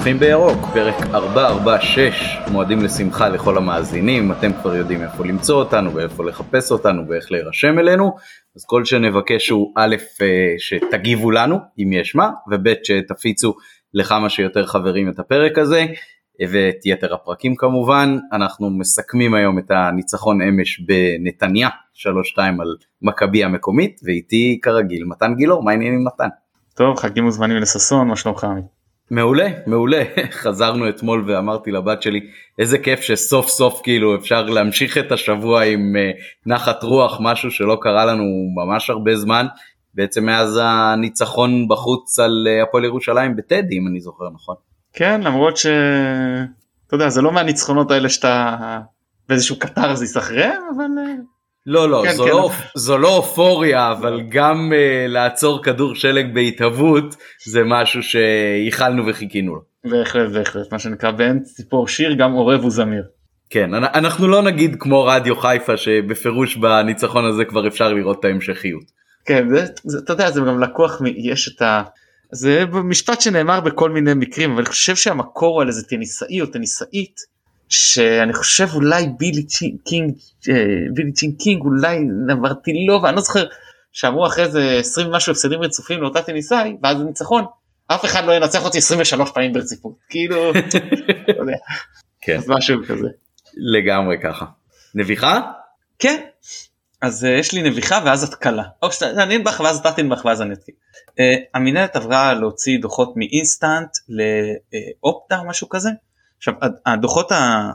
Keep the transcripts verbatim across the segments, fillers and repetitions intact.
צופים בירוק, פרק ארבע ארבע שש, מועדים לשמחה לכל המאזינים. אתם כבר יודעים איפה למצוא אותנו ואיפה לחפש אותנו ואיך להירשם אלינו. אז כל שנבקש הוא א', שתגיבו לנו אם יש מה, וב' שתפיצו לכמה שיותר חברים את הפרק הזה ואת יתר הפרקים כמובן. אנחנו מסכמים היום את הניצחון אמש בנתניה שלוש שתיים על מכבי המקומית, ואיתי כרגיל מתן גילור. מה העניינים מתן? טוב, חגים מוזמנים לססון, מה שלומך עמי? מעולה, מעולה. חזרנו אתמול ואמרתי לבת שלי, איזה כיף שסוף סוף כאילו אפשר להמשיך את השבוע עם נחת רוח, משהו שלא קרה לנו ממש הרבה זמן, בעצם מאז הניצחון בחוץ על הפועל ירושלים בטדי, אם אני זוכר נכון. כן, למרות ש... אתה יודע, זה לא מהניצחונות האלה שאתה באיזשהו קטרזיס אחריהם, אבל... לא, לא, כן, זו, כן. לא זו לא אופוריה, אבל גם uh, לעצור כדור שלג בהתהוות, זה משהו שייחלנו וחיכינו לו. בהחלט, בהחלט, מה שנקרא בין ציפור שיר, גם עורב וזמיר. כן, אנחנו לא נגיד כמו רדיו חיפה, שבפירוש בניצחון הזה כבר אפשר לראות את ההמשכיות. כן, זה, זה, אתה יודע, זה גם לקוח, יש את ה... זה משפט שנאמר בכל מיני מקרים, אבל אני חושב שהמקור הוא על איזה טניסאי או טניסאית, שאני חושב אולי בילי קינג, בילי צ'ין קינג, אולי נברתי לו, ואני לא זוכר, שאמרו אחרי זה עשרים משהו הפסדים רצופים לאותה טניסאי, ואז ניצחון, אף אחד לא ינצח אותי עשרים ושלוש פעמים ברציפות, כאילו, אתה יודע, כן. אז משהו כזה. לגמרי ככה. נביחה? כן, אז יש לי נביחה ואז התקלה, או שאני נבח ואז אתה תנבח ואז אני אתקיל. המנהלת עברה להוציא דוחות מאינסטנט לאופטה, משהו כזה. עכשיו, הדוחות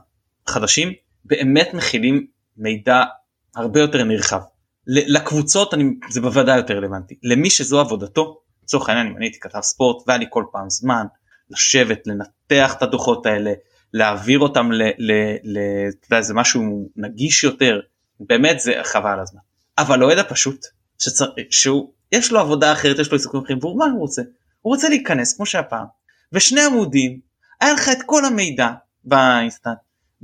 החדשים באמת מכילים מידע הרבה יותר נרחב. לקבוצות אני, זה בוודאי יותר רלוונטי. למי שזו עבודתו, לצורך העניין, אם אני הייתי כתב ספורט, והיה לי כל פעם זמן לשבת, לנתח את הדוחות האלה, להעביר אותם ל... ל, ל אתה יודע, זה משהו נגיש יותר, באמת זה חבל הזמן. אבל לא ידע פשוט, שצר, שהוא, יש לו עבודה אחרת, יש לו עיסוקים אחרים, והוא מה הוא רוצה? הוא רוצה להיכנס כמו שהפעם, ושני עמודים, היה לך את כל המידע באינסטנט,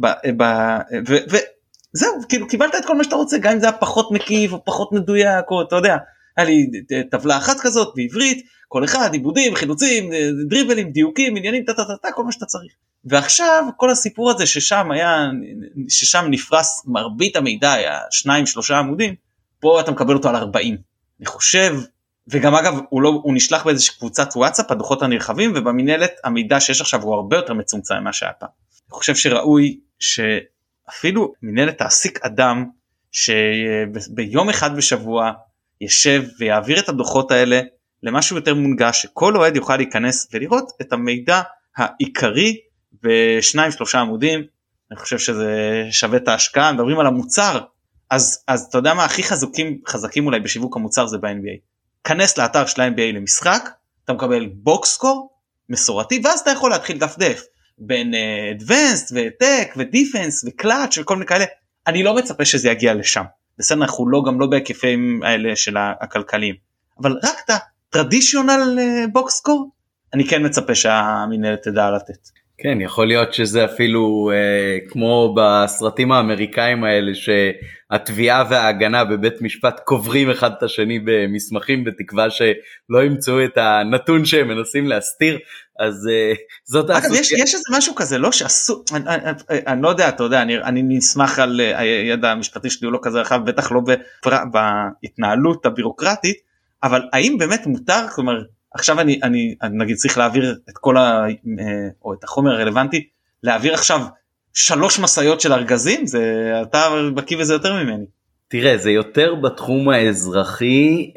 וזהו, כאילו קיבלת את כל מה שאתה רוצה, גם אם זה היה פחות מקיף או פחות מדויק, או אתה יודע, היה לי טבלה אחת כזאת בעברית, כל אחד, עיבודים, חילוצים, דריבלים, דיוקים, עניינים, טטטטטט, כל מה שאתה צריך. ועכשיו כל הסיפור הזה ששם היה, ששם נפרס מרבית המידע, היה שניים, שלושה עמודים, פה אתה מקבל אותו על ארבעים. אני חושב, וגם אגב הוא, לא, הוא נשלח באיזושהי קבוצת וואטסאפ, הדוחות הנרחבים, ובמנהלת המידע שיש עכשיו הוא הרבה יותר מצומצם ממה שהיה פעם. אני חושב שראוי שאפילו מנהלת תעסיק אדם, שביום אחד בשבוע ישב ויעביר את הדוחות האלה, למשהו יותר מונגש, שכל אוהד יוכל להיכנס ולראות את המידע העיקרי, בשניים שלושה עמודים. אני חושב שזה שווה את ההשקעה. מדברים על המוצר, אז, אז אתה יודע מה, הכי חזקים, חזקים אולי בשיווק המוצר זה ב-אן בי איי. כנס לאתר של ה-אן בי איי למשחק, אתה מקבל בוקסקור מסורתי, ואז אתה יכול להתחיל דפדף בין אדוונסט וטק ודיפנס וקלאץ' וכל מיני כאלה. אני לא מצפה שזה יגיע לשם, בסדר, אנחנו לא, גם לא בהיקפים האלה של הכלכליים, אבל רק את הטרדישיונל בוקסקור, אני כן מצפה שהמנהלת תדע לתת. כן, יכול להיות שזה אפילו אה, כמו בסרטים האמריקאים האלה, שהתביעה וההגנה בבית משפט קוברים אחד את השני במסמכים, בתקווה שלא ימצאו את הנתון שהם מנסים להסתיר, אז אה, זאת... אגב, יש, יש איזה משהו כזה, לא שעשו, אני, אני, אני, אני לא יודע, אתה יודע, אני, אני נשמח על הידע המשפטי שלי, הוא לא כזה רחב, בטח לא בפר, בהתנהלות הבירוקרטית, אבל האם באמת מותר, כלומר, עכשיו אני, אני, אני נגיד צריך להעביר את כל ה, או את החומר הרלוונטי, להעביר עכשיו שלוש מסעיות של ארגזים, זה, אתה בקיא וזה יותר ממני. תראה, זה יותר בתחום האזרחי,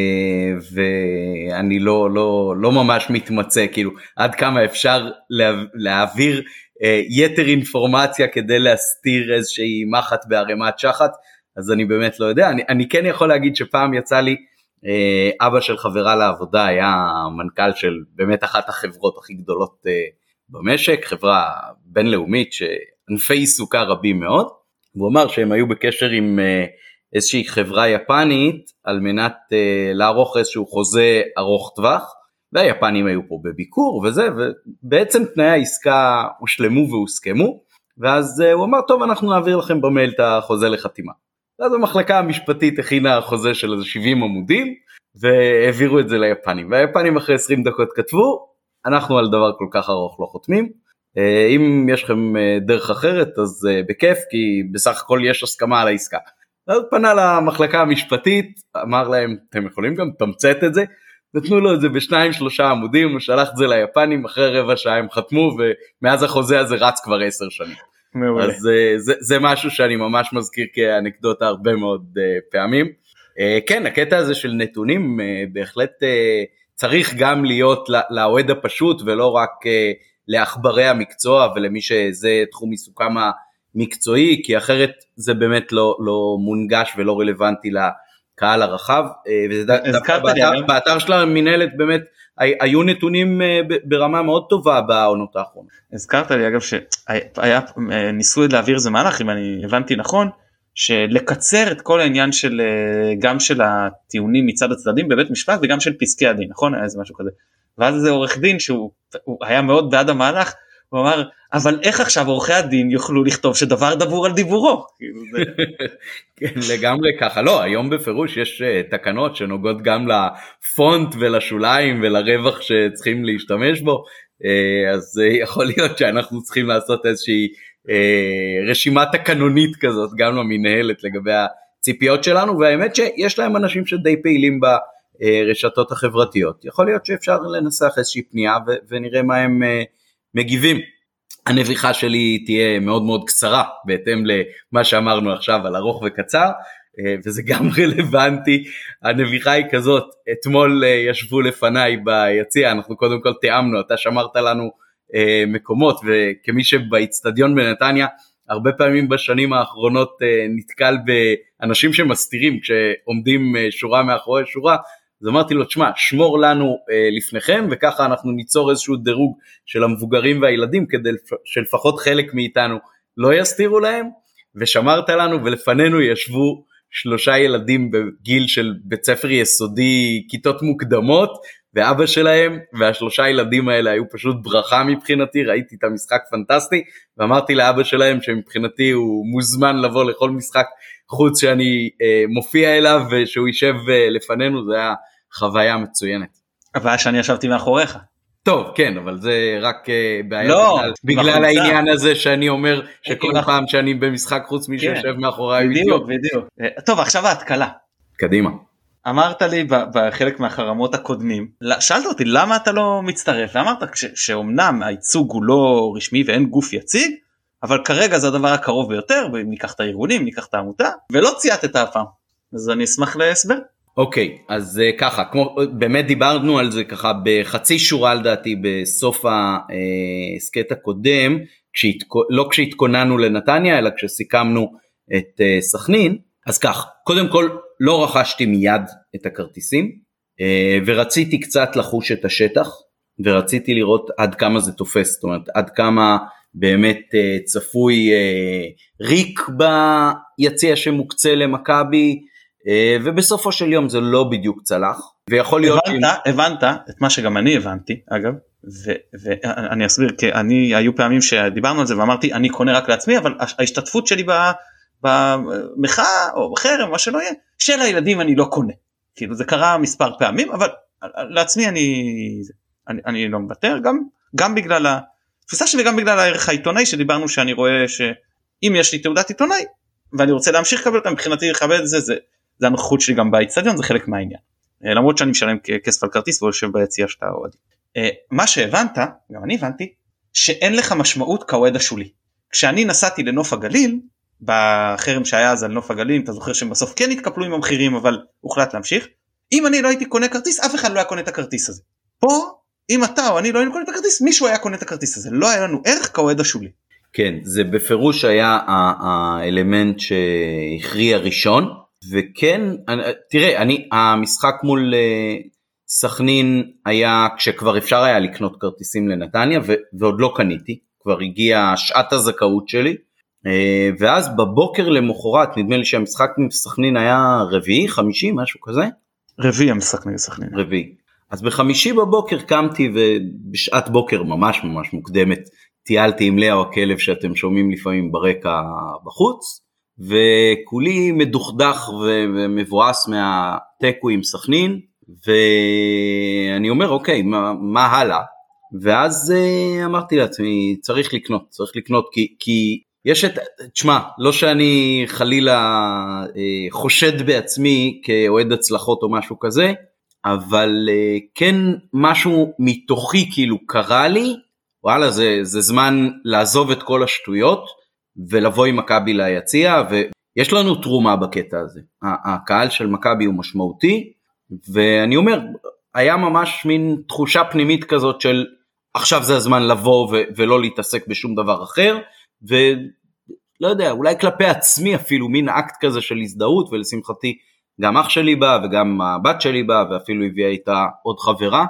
ואני לא, לא, לא ממש מתמצא, כאילו, עד כמה אפשר להעביר יתר אינפורמציה כדי להסתיר איזושהי מחט בערימת שחת, אז אני באמת לא יודע. אני, אני כן יכול להגיד שפעם יצא לי, אבא של חברה לעבודה היה מנכ"ל של באמת אחת החברות הכי גדולות במשק, חברה בינלאומית שענפי עיסוקה רבים מאוד, והוא אמר שהם היו בקשר עם איזושהי חברה יפנית על מנת לערוך איזשהו חוזה ארוך טווח, והיפנים היו פה בביקור וזה, ובעצם תנאי העסקה הושלמו והוסכמו, ואז הוא אמר, טוב, אנחנו נעביר לכם במייל את החוזה לחתימה. ואז המחלקה המשפטית הכינה חוזה של שבעים עמודים, והעבירו את זה ליפנים, והיפנים אחרי עשרים דקות כתבו, אנחנו על דבר כל כך ארוך לא חותמים, אם יש לכם דרך אחרת אז בכיף, כי בסך הכל יש הסכמה על העסקה. אז פנה למחלקה המשפטית, אמר להם, אתם יכולים גם תמצאת את זה, נתנו לו את זה בשניים שלושה עמודים, הוא שלח את זה ליפנים, אחרי רבע שעה הם חתמו, ומאז החוזה הזה רץ כבר עשר שנים. מעולה. אז זה, זה משהו שאני ממש מזכיר כאנקדוטה הרבה מאוד פעמים. כן, הקטע הזה של נתונים בהחלט צריך גם להיות לאוהד הפשוט, ולא רק לאחברי המקצוע, ולמי שזה תחום עיסוקם המקצועי, כי אחרת זה באמת לא, לא מונגש ולא רלוונטי לקהל הרחב. באתר של המנהלת באמת היו נתונים ברמה מאוד טובה בעונות האחרונות. הזכרת לי אגב שהיה ניסוי להעביר זה מהלך, אם אני הבנתי נכון, שלקצר את כל העניין של גם של הטיעונים מצד הצדדים בבית משפט וגם של פסקי הדין, נכון? היה איזה משהו כזה. ואז זה עורך דין שהוא היה מאוד בעד המהלך, הוא אמר, אבל איך עכשיו עורכי הדין יוכלו לכתוב שדבר דבור על דיבורו? כן, לגמרי ככה. לא, היום בפירוש יש תקנות שנוגעות גם לפונט ולשוליים ולרווח שצריכים להשתמש בו, אז יכול להיות שאנחנו צריכים לעשות איזושהי רשימה תקנונית כזאת גם למנהלת לגבי הציפיות שלנו, והאמת שיש להם אנשים שדי פעילים ברשתות החברתיות, יכול להיות שאפשר לנסח איזושהי פנייה ונראה מה הם מגיבים. הנביחה שלי תהיה מאוד מאוד קצרה בהתאם למה שאמרנו עכשיו על ארוך וקצר, וזה גם רלוונטי. הנביחה היא כזאת, אתמול ישבו לפניי ביציע, אנחנו קודם כל תיאמנו, אתה שמרת לנו מקומות, וכמי שבאצטדיון בנתניה הרבה פעמים בשנים האחרונות נתקל באנשים שמסתירים כשעומדים שורה מאחורי שורה, אז אמרתי לו, תשמע, שמור לנו לפניכם, וככה אנחנו ניצור איזשהו דירוג של המבוגרים והילדים, כדי שלפחות חלק מאיתנו לא יסתירו להם, ושמרת לנו, ולפנינו ישבו שלושה ילדים בגיל של בית ספר יסודי, כיתות מוקדמות, ואבא שלהם, והשלושה ילדים האלה היו פשוט ברכה מבחינתי, ראיתי את המשחק פנטסטי, ואמרתי לאבא שלהם שמבחינתי הוא מוזמן לבוא לכל משחק חוץ שאני אה, מופיע אליו, ושהוא יישב אה, לפנינו, זה היה חוויה מצוינת. הבעיה שאני ישבתי מאחוריך. טוב, כן, אבל זה רק אה, בעיה לא, בגלל, בגלל העניין הזה שאני אומר, שכל פעם שאני במשחק חוץ מי שיושב כן. מאחוריי. בדיוק, בדיוק. טוב, עכשיו ההתקלה. קדימה. אמרת לי בחלק מהחרמות הקודמים, שאלת אותי למה אתה לא מצטרף, ואמרת שאומנם הייצוג הוא לא רשמי ואין גוף יציג, אבל כרגע זה הדבר הקרוב ביותר, ניקח את הארגונים, ניקח את העמותה, ולא צייתת הפעם, אז אני אשמח להסבר. אוקיי, אז ככה, כמו, באמת דיברנו על זה ככה בחצי שורה לדעתי בסוף הסקט הקודם, כשהתכו, לא כשהתכוננו לנתניה, אלא כשסיכמנו את סכנין, אז כך, קודם כל לא רכשתי מיד את הכרטיסים, ורציתי קצת לחוש את השטח, ורציתי לראות עד כמה זה תופס, זאת אומרת, עד כמה באמת צפוי ריק ביציע שמוקצה למכבי, ובסופו של יום זה לא בדיוק צלח, ויכול להיות... הבנת, אם... הבנת את מה שגם אני הבנתי, אגב, ו- ואני אסביר, כי אני, היו פעמים שדיברנו על זה, ואמרתי, אני קונה רק לעצמי, אבל ההשתתפות שלי במחאה, או בחרם, מה שלא יהיה, של הילדים אני לא קונה, כאילו זה קרה מספר פעמים, אבל לעצמי אני, אני, אני לא מוותר, גם, גם בגלל התפיסה שלי, גם בגלל הערך העיתונאי, שדיברנו שאני רואה שאם יש לי תעודת עיתונאי, ואני רוצה להמשיך לקבל אותה, מבחינתי לכבד את זה, זה, זה הנוחות שלי גם באצטדיון, זה חלק מהעניין. למרות שאני משלם כסף על כרטיס, ויושב ביציע שאתה אוהד. מה שהבנת, גם אני הבנתי, שאין לך משמעות כאוהד השולי. כשאני נסעתי לנוף הגליל, בחרם שהיה אז על נוף הגליל, אתה זוכר שבסוף כן התקפלו עם המחירים, אבל הוחלט להמשיך. אם אני לא הייתי קונה כרטיס, אף אחד לא היה קונה את הכרטיס הזה. פה, אם אתה או אני לא היינו קונה את הכרטיס, מישהו היה קונה את הכרטיס הזה. לא היה לנו ערך כאוהד השולי. כן, זה בפירוש היה האלמנט שהכריע ראשון, וכן, תראה, אני, המשחק מול סכנין היה כשכבר אפשר היה לקנות כרטיסים לנתניה, ועוד לא קניתי, כבר הגיעה שעת הזכאות שלי, ואז בבוקר למחרת, נדמה לי שהמשחק עם סכנין היה רביעי, חמישי, משהו כזה? רביעי המשחק עם סכנין. רביעי. אז בחמישי בבוקר קמתי, ובשעת בוקר ממש ממש מוקדמת, טיילתי עם לאה או הכלב שאתם שומעים לפעמים ברקע בחוץ, וכולי מדוכדך ומבואס מהטקו עם סכנין, ואני אומר, אוקיי, מה, מה הלאה? ואז אמרתי לעצמי, צריך לקנות, צריך לקנות, כי, כי יש את, תשמע, לא שאני חלילה חושד בעצמי כאוהד הצלחות או משהו כזה, אבל כן משהו מתוכי כאילו קרה לי, וואלה, זה, זה זמן לעזוב את כל השטויות, ולבוא עם מכבי ליציע, ויש לנו תרומה בקטע הזה. הקהל של מכבי הוא משמעותי, ואני אומר, היה ממש מין תחושה פנימית כזאת של, עכשיו זה הזמן לבוא ו- ולא להתעסק בשום דבר אחר, ולא יודע, אולי כלפי עצמי אפילו, מין אקט כזה של הזדהות, ולשמחתי גם אח שלי בא, וגם הבת שלי בא, ואפילו הביאה איתה עוד חברה,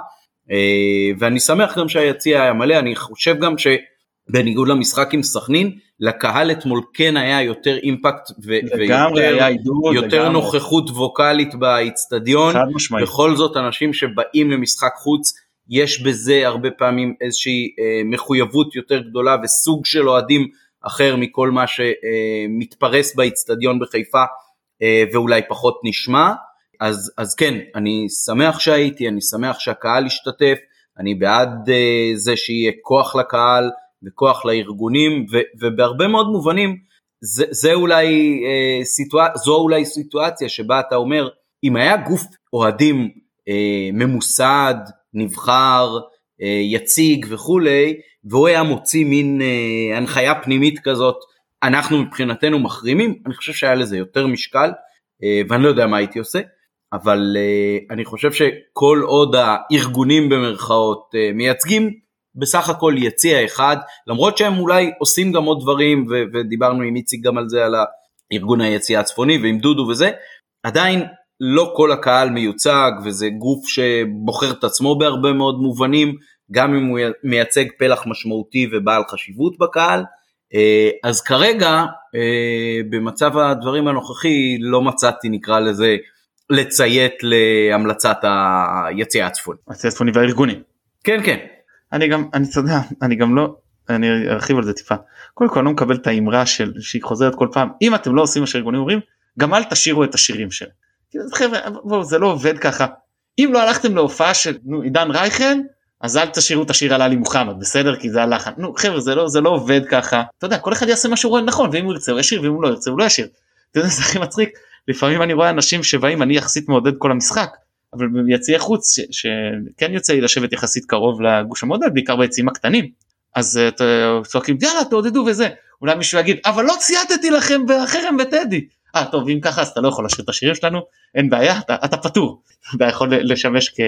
ואני שמח גם שהיציע היה מלא, אני חושב גם שבניגוד למשחק עם סכנין, לקהל אתמול כן היה יותר אימפקט, ו- ויותר עידוד, יותר נוכחות ווקלית באצטדיון, בכל זאת אנשים שבאים למשחק חוץ, יש בזה הרבה פעמים איזושהי אה, מחויבות יותר גדולה, וסוג של אוהדים אחר מכל מה שמתפרס באצטדיון בחיפה, אה, ואולי פחות נשמע, אז, אז כן, אני שמח שהייתי, אני שמח שהקהל השתתף, אני בעד אה, זה שיהיה כוח לקהל, וכוח לארגונים, ו, ובהרבה מאוד מובנים, זה, זה אולי, אה, סיטואצ... זו אולי סיטואציה שבה אתה אומר, אם היה גוף אוהדים אה, ממוסד, נבחר, יציג וכולי, והוא היה מוציא מין הנחיה פנימית כזאת, אנחנו מבחינתנו מחרימים, אני חושב שהיה לזה יותר משקל, ואני לא יודע מה הייתי עושה, אבל אני חושב שכל עוד הארגונים במרכאות מייצגים, בסך הכל יציע אחד, למרות שהם אולי עושים גם עוד דברים, ודיברנו עם איציק גם על זה, על הארגון היציע הצפוני, ועם דודו וזה, עדיין, לא כל הקהל מיוצג, וזה גוף שבוחר את עצמו בהרבה מאוד מובנים, גם אם הוא מייצג פלח משמעותי ובעל חשיבות בקהל, אז כרגע, במצב הדברים הנוכחי, לא מצאתי, נקרא לזה, לציית להמלצת היציאה הצפוני. היציאה הצפוני והארגונים. כן, כן. אני גם, אני צודע, אני גם לא, אני ארחיב על זה טיפה. קודם כל, אני לא מקבל את האמרה של, שהיא חוזרת כל פעם, אם אתם לא עושים מה שהארגונים אומרים, גם אל תשאירו את השירים שלהם. חבר'ה, בואו, זה לא עובד ככה. אם לא הלכתם להופעה של נו, עידן רייכל, אז אל תשאירו את השיר על עלי מוחמד, בסדר? כי זה הלחן. נו, חבר'ה, זה לא, זה לא עובד ככה. אתה יודע, כל אחד יעשה מה שהוא רואה נכון, ואם הוא ירצה הוא ישיר, ואם הוא לא ירצה הוא לא ישיר. אתה יודע, זה הכי מצחיק. לפעמים אני רואה אנשים שבאים, אני יחסית מעודד כל המשחק, אבל ביציעי חוץ, שכן יוצא לי לשבת יחסית קרוב לגוש המעודד, בעיקר ביציעים הקטנים. אז צועקים, יאללה, תעודדו וזה. אולי מישהו יגיד, אבל לא צייתתי לכם בחרם וטדי. אה, טוב, אם ככה, אז אתה לא יכול לשיר את השירים שלנו, אין בעיה, אתה, אתה פטור. אתה יכול לשמש כ,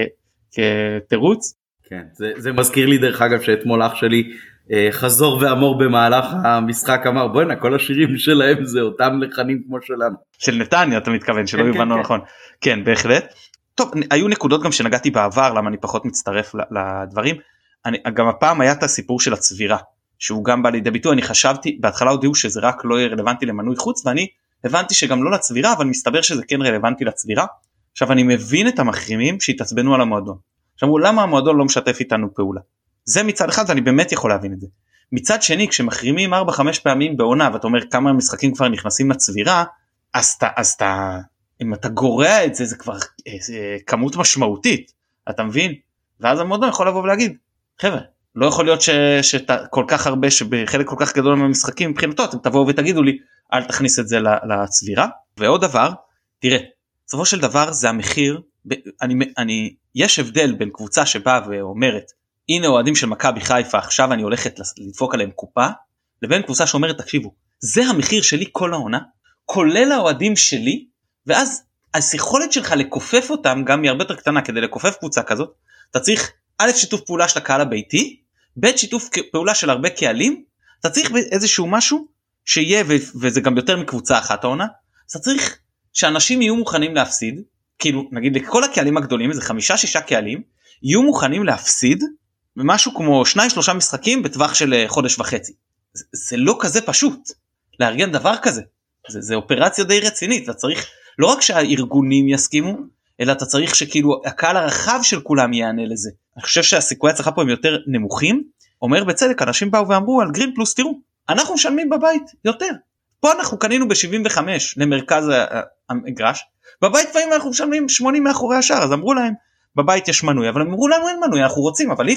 כתירוץ. כן, זה, זה מזכיר לי דרך אגב, שאתמול אח שלי אה, חזור ואמור במהלך המשחק, אמר, בוא'נה, כל השירים שלהם זה אותם לחנים כמו שלנו. של נתניה, אתה מתכוון, שלא יובנו נכון. כן, בהחלט. טוב, היו נקודות גם שנגעתי בעבר, למה אני פחות מצטרף לדברים. אני, גם הפעם היה את הסיפור של הצבירה, שהוא גם בא לידי ביטוי. אני חשבתי, בהתחלה הודיעו שזה רק לא יהיה רלוונטי למנוי חוץ, ואני הבנתי שגם לא לצבירה, אבל מסתבר שזה כן רלוונטי לצבירה. עכשיו אני מבין את המחרימים שהתעצבנו על המועדון. שאמרו, למה המועדון לא משתף איתנו פעולה? זה מצד אחד, ואני באמת יכול להבין את זה. מצד שני, כשמחרימים ארבע חמש פעמים בעונה, ואתה אומר כמה משחקים כבר נכנסים לצבירה, אז אתה, אז אתה, אם אתה גורע את זה, זה כבר זה כמות משמעותית, אתה מבין? ואז המועדון יכול לבוא ולהגיד, חבר'ה, לא יכול להיות ש, שאתה כל כך הרבה, שבחלק כל כך גדול מהמשחקים, מבחינתו, אתם תבואו ותגידו לי, אל תכניס את זה לצבירה. ועוד דבר, תראה, בסופו של דבר זה המחיר, אני, אני, יש הבדל בין קבוצה שבאה ואומרת, הנה אוהדים של מכבי חיפה, עכשיו אני הולכת לדפוק עליהם קופה, לבין קבוצה שאומרת, תקשיבו, זה המחיר שלי כל העונה, כולל האוהדים שלי, ואז היכולת שלך לקופף אותם, גם היא הרבה יותר קטנה, כדי לקופף קבוצה כזאת, אתה צריך א' שיתוף פעולה של הקהל הביתי, ב' שיתוף פעולה של הרבה קהלים, אתה צריך איזשהו משהו, שיהיה, וזה גם יותר מקבוצה אחת העונה, אז אתה צריך שאנשים יהיו מוכנים להפסיד, כאילו נגיד לכל הקהלים הגדולים, זה חמישה שישה קהלים, יהיו מוכנים להפסיד, במשהו כמו שניים שלושה משחקים, בטווח של חודש וחצי. זה, זה לא כזה פשוט, לארגן דבר כזה, זה, זה אופרציה די רצינית, אתה צריך, לא רק שהארגונים יסכימו, אלא אתה צריך שכאילו הקהל הרחב של כולם יענה לזה. אני חושב שהסיכויי הצלחה פה הם יותר נמוכים, אומר בצדק, אנשים באו ואמרו על גרין פלוס, תראו, אנחנו משלמים בבית יותר, פה אנחנו קנינו ב-שבעים וחמש למרכז המגרש, בבית פעמים אנחנו משלמים שמונים מאחורי השאר, אז אמרו להם, בבית יש מנוי, אבל הם אמרו לנו אין מנוי, אנחנו רוצים, אבל אי אפשר,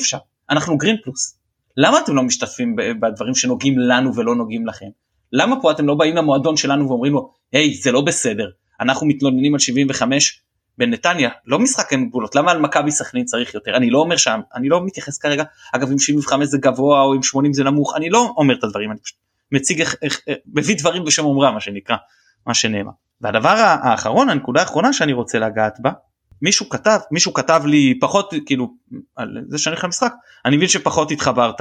אנחנו גרין פלוס, למה אתם לא משתתפים בדברים שנוגעים לנו ולא נוגעים לכם? למה פה אתם לא באים למועדון שלנו ואומרים לו, היי, זה לא בסדר, אנחנו מתלוננים על שבעים וחמש בנתניה, לא משחק אין גבולות, למה על מכבי סכנין צריך יותר? אני לא אומר שם, אני לא מתייחס כרגע, אגב אם שבעים וחמש זה גבוה או אם שמונים זה נמוך, אני לא אומר את הדברים, אני פשוט מציג, מביא דברים בשם אומרה, מה שנקרא, מה שנאמר. והדבר האחרון, הנקודה האחרונה שאני רוצה לגעת בה, מישהו כתב, מישהו כתב לי פחות, כאילו, על זה שאני הולך למשחק, אני מבין שפחות התחברת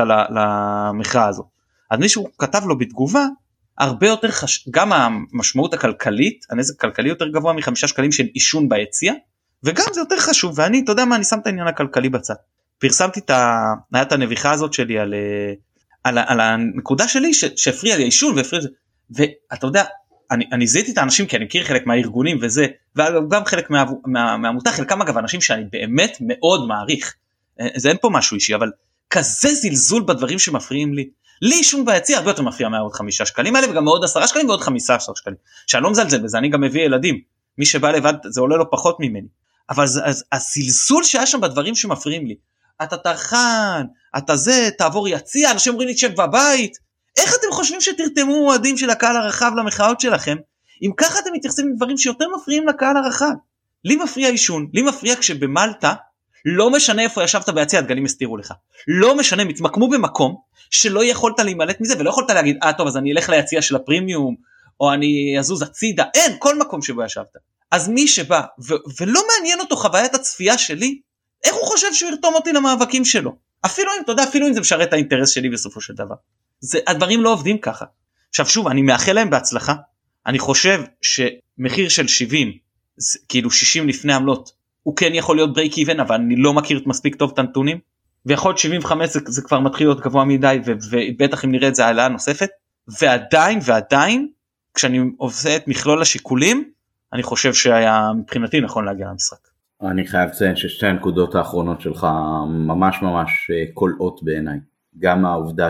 למחאה הזו. אז מישהו כתב לו בתגובה, הרבה יותר חש... גם המשמעות הכלכלית, הנזק הכלכלי יותר גבוה מחמישה שקלים של אישון ביציע, וגם זה יותר חשוב, ואני, אתה יודע מה, אני שם את העניין הכלכלי בצד. פרסמתי את ה... את הנביכה הזאת שלי על, על, על הנקודה שלי, ש... שהפריע לי אישון, והפריע לי... ואתה יודע, אני, אני זיהיתי את האנשים, כי אני מכיר חלק מהארגונים וזה, וגם חלק מה, מה, מהעמותה, חלקם אגב אנשים שאני באמת מאוד מעריך, זה אין פה משהו אישי, אבל כזה זלזול בדברים שמפריעים לי, לי שום ביציע הרבה יותר מפריע מעוד חמישה שקלים האלה, וגם מעוד עשרה שקלים ועוד חמישה עשר שקלים, שאני לא מזלזל בזה, אני גם מביא ילדים, מי שבא לבד זה עולה לו פחות ממני, אבל הזלזול שהיה שם בדברים שמפריעים לי, אתה תרחן, אתה זה, תעבור יציע, אנשים אומרים לי תשב בבית, איך אתם חושבים שתרתמו מועדים של הקהל הרחב למחאות שלכם, אם ככה אתם מתייחסים לדברים שיותר מפריעים לקהל הרחב? לי מפריע אישון, לי מפריע כשבמלטה, לא משנה איפה ישבת ביציע, הדגלים הסתירו לך, לא משנה, מתמקמו במקום, שלא יכולת להימלט מזה, ולא יכולת להגיד, אה טוב, אז אני אלך ליציע של הפרימיום, או אני אזוז הצידה, אין, כל מקום שבו ישבת. אז מי שבא, ו- ולא מעניין אותו חוויית הצפייה שלי, איך הוא חושב שהוא ירתום אותי למאבקים שלו? אפילו אם, אתה יודע, אפילו אם זה משרת האינטרס שלי בסופו של דבר. זה, הדברים לא עובדים ככה. עכשיו שוב, אני מאחל להם בהצלחה, אני חושב שמחיר של שבעים, כאילו שישים לפני עמלות, הוא כן יכול להיות ברייק איבן, אבל אני לא מכיר מספיק טוב את הנתונים, ויכול להיות שבעים וחמש זה, זה כבר מתחיל להיות גבוה מדי, ו, ובטח אם נראה את זה העלאה נוספת, ועדיין ועדיין, כשאני עושה את מכלול השיקולים, אני חושב שהיה מבחינתי נכון להגיע למשחק. אני חייב לציין ששתי הנקודות האחרונות שלך ממש ממש קולעות בעיניי, גם העובדה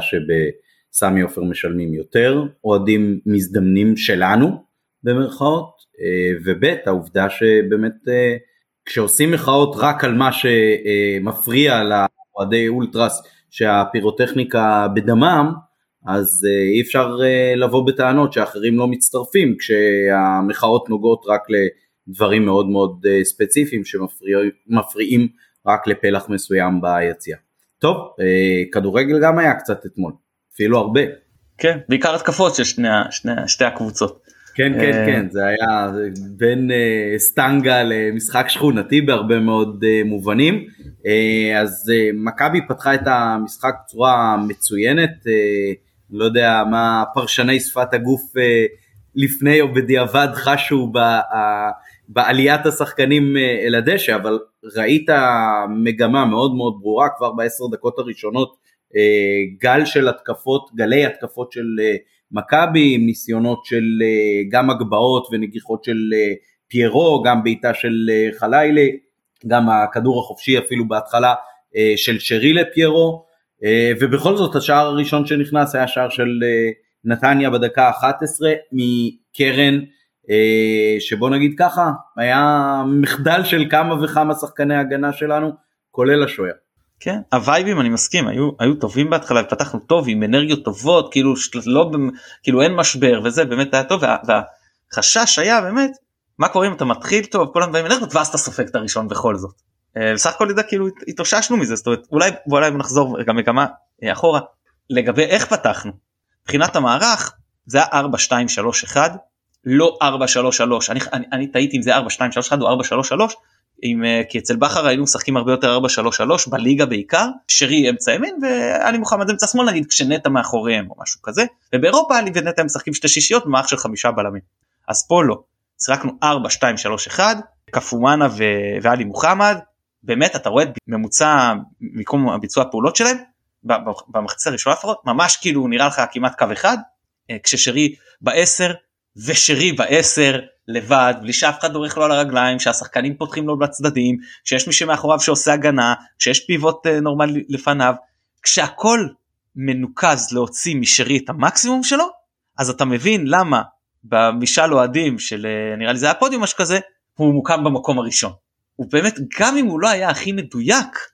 שבסמי עופר משלמים יותר, אוהדים מזדמנים שלנו במרכאות, ובית העובדה שבאמת כשעושים מחאות רק על מה שמפריע לאוהדי אולטרס שהפירוטכניקה בדמם, אז אי אפשר לבוא בטענות שאחרים לא מצטרפים כשהמחאות נוגעות רק לדברים מאוד מאוד ספציפיים שמפריעים רק לפלח מסוים ביציע. טוב, כדורגל גם היה קצת אתמול, אפילו הרבה. כן, בעיקר התקפות של שני, שני, שתי הקבוצות. כן, כן, כן, זה היה בין סטנגה למשחק שכונתי בהרבה מאוד מובנים, אז מכבי פתחה את המשחק בצורה מצוינת, לא יודע מה פרשני שפת הגוף לפני או בדיעבד חשו בעליית השחקנים אל הדשא, אבל ראית מגמה מאוד מאוד ברורה כבר בעשר דקות הראשונות, גל של התקפות, גלי התקפות של מכבי, עם ניסיונות של גם הגבעות ונגיחות של פיירו, גם בעיטה של חלילה, גם הכדור החופשי אפילו בהתחלה של שרי לפיירו, ובכל זאת השער הראשון שנכנס היה שער של נתניה בדקה אחת עשרה מקרן, שבוא נגיד ככה, היה מחדל של כמה וכמה שחקני הגנה שלנו, כולל השוער. כן, הווייבים אני מסכים, היו, היו טובים בהתחלה, פתחנו טוב עם אנרגיות טובות, כאילו, לא, כאילו אין משבר וזה באמת היה טוב, וה, והחשש היה באמת, מה קורה אם אתה מתחיל טוב, כל הדברים אנרגיות, ואז אתה סופג את הראשון בכל זאת. בסך הכל ידע, כאילו התאוששנו מזה, זאת אומרת, אולי, אולי נחזור גם מגמה אחורה, לגבי איך פתחנו, מבחינת המערך, זה היה ארבע שתיים שלוש אחת, לא ארבע שלוש שלוש, אני, אני, אני טעיתי אם זה ארבע שתיים שלוש אחת או ארבע שלוש שלוש, עם, כי אצל בחר היינו משחקים הרבה יותר ארבע שלוש שלוש בליגה בעיקר, שרי אמצע ימין ואלי מוחמד אמצע שמאל נגיד כשנטע מאחוריהם או משהו כזה, ובאירופה אלי ונטע משחקים שתי שישיות במערך של חמישה בלמים, אז פה לא, שיחקנו ארבע שתיים שלוש אחת, קפומאנה ו- ואלי מוחמד, באמת אתה רואה את ממוצע מקום הביצוע הפעולות שלהם, במחצית הראשונה לפחות, ממש כאילו נראה לך כמעט קו אחד, כששרי בעשר ושרי בעשר לבד, בלי שאף אחד דורך לו על הרגליים, שהשחקנים פותחים לו בצדדים, שיש מי שמאחוריו שעושה הגנה, שיש פיבוט נורמלי לפניו, כשהכל מנוקז להוציא משרי את המקסימום שלו, אז אתה מבין למה במשאל אוהדים של נראה לי זה הפודיום משהו כזה, הוא מוקם במקום הראשון. הוא באמת, גם אם הוא לא היה הכי מדויק,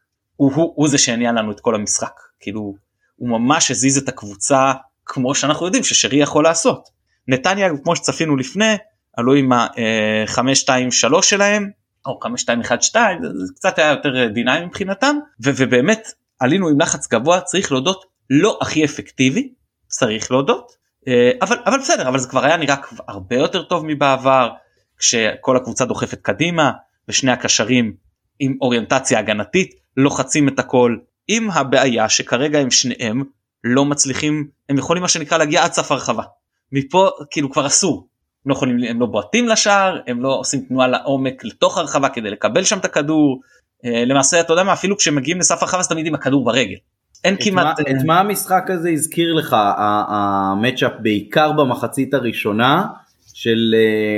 הוא, הוא, הוא זה שעניין לנו את כל המשחק, כאילו הוא ממש הזיז את הקבוצה כמו שאנחנו יודעים ששרי יכול לעשות. נתניה כמו שצפינו לפני, עלו עם ה-חמש שתיים שלוש שלהם, או חמש שתיים אחת שתיים, זה קצת היה יותר דינמי מבחינתם, ו- ובאמת עלינו עם לחץ גבוה, צריך להודות, לא הכי אפקטיבי, צריך להודות, אבל, אבל בסדר, אבל זה כבר היה נראה הרבה יותר טוב מבעבר, כשכל הקבוצה דוחפת קדימה, ושני הקשרים עם אוריינטציה הגנתית, לוחצים את הכל, עם הבעיה שכרגע הם שניהם לא מצליחים, הם יכולים מה שנקרא להגיע עד סף הרחבה, מפה כאילו כבר אסור, הם לא יכולים, הם לא בועטים לשער, הם לא עושים תנועה לעומק לתוך הרחבה כדי לקבל שם את הכדור, למעשה אתה יודע מה, אפילו כשמגיעים לסף הרחבה, אז תמיד עם הכדור ברגל. אין כמעט... את מה המשחק הזה הזכיר לך, המאצ'אפ בעיקר במחצית הראשונה, של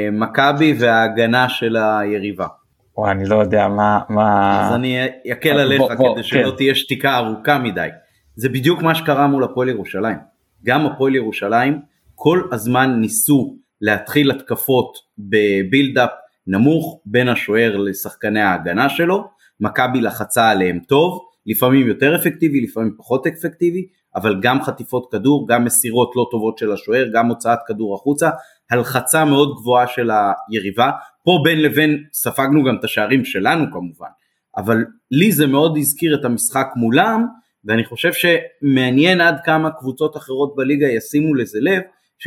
מכבי וההגנה של היריבה? או אני לא יודע מה... אז אני יקל עליך כדי שלא תהיה שתיקה ארוכה מדי. זה בדיוק מה שקרה מול הפועל ירושלים. גם הפועל ירושלים כל הזמן ניסו להתחיל התקפות בבילדאפ נמוך בין השוער לשחקני ההגנה שלו, מכבי לחצה עליהם טוב, לפעמים יותר אפקטיבי, לפעמים פחות אפקטיבי, אבל גם חטיפות כדור, גם מסירות לא טובות של השוער, גם הוצאת כדור החוצה, הלחצה מאוד גבוהה של היריבה, פה בין לבין ספגנו גם את השערים שלנו כמובן, אבל לי זה מאוד הזכיר את המשחק מולם, ואני חושב שמעניין עד כמה קבוצות אחרות בליגה ישימו לזה לב,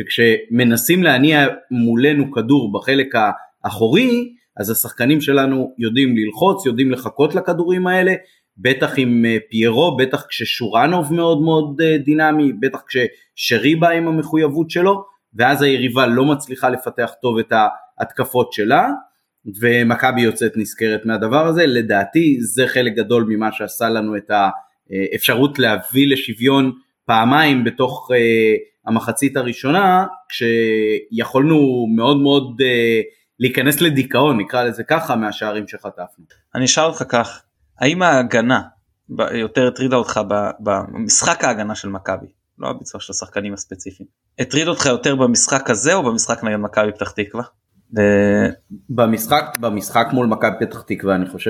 שכשמנסים להניע מולנו כדור בחלק האחורי, אז השחקנים שלנו יודעים ללחוץ, יודעים לחכות לכדורים האלה, בטח עם פיירו, בטח כששורנוב מאוד מאוד דינמי, בטח כששרי בא עם המחויבות שלו, ואז היריבה לא מצליחה לפתח טוב את ההתקפות שלה, ומכבי יוצאת נזכרת מהדבר הזה. לדעתי זה חלק גדול ממה שעשה לנו את האפשרות להביא לשוויון פעמיים בתוך המחצית הראשונה, כשיכולנו מאוד מאוד להיכנס לדיכאון, נקרא לזה ככה, מהשערים שחטפנו. אני אשאל אותך כך, האם ההגנה יותר הטרידה אותך במשחק ההגנה של מכבי, לא הביצוע של השחקנים הספציפיים, הטריד אותך יותר במשחק הזה או במשחק נגד מכבי פתח תקווה? במשחק, במשחק מול מכבי פתח תקווה, אני חושב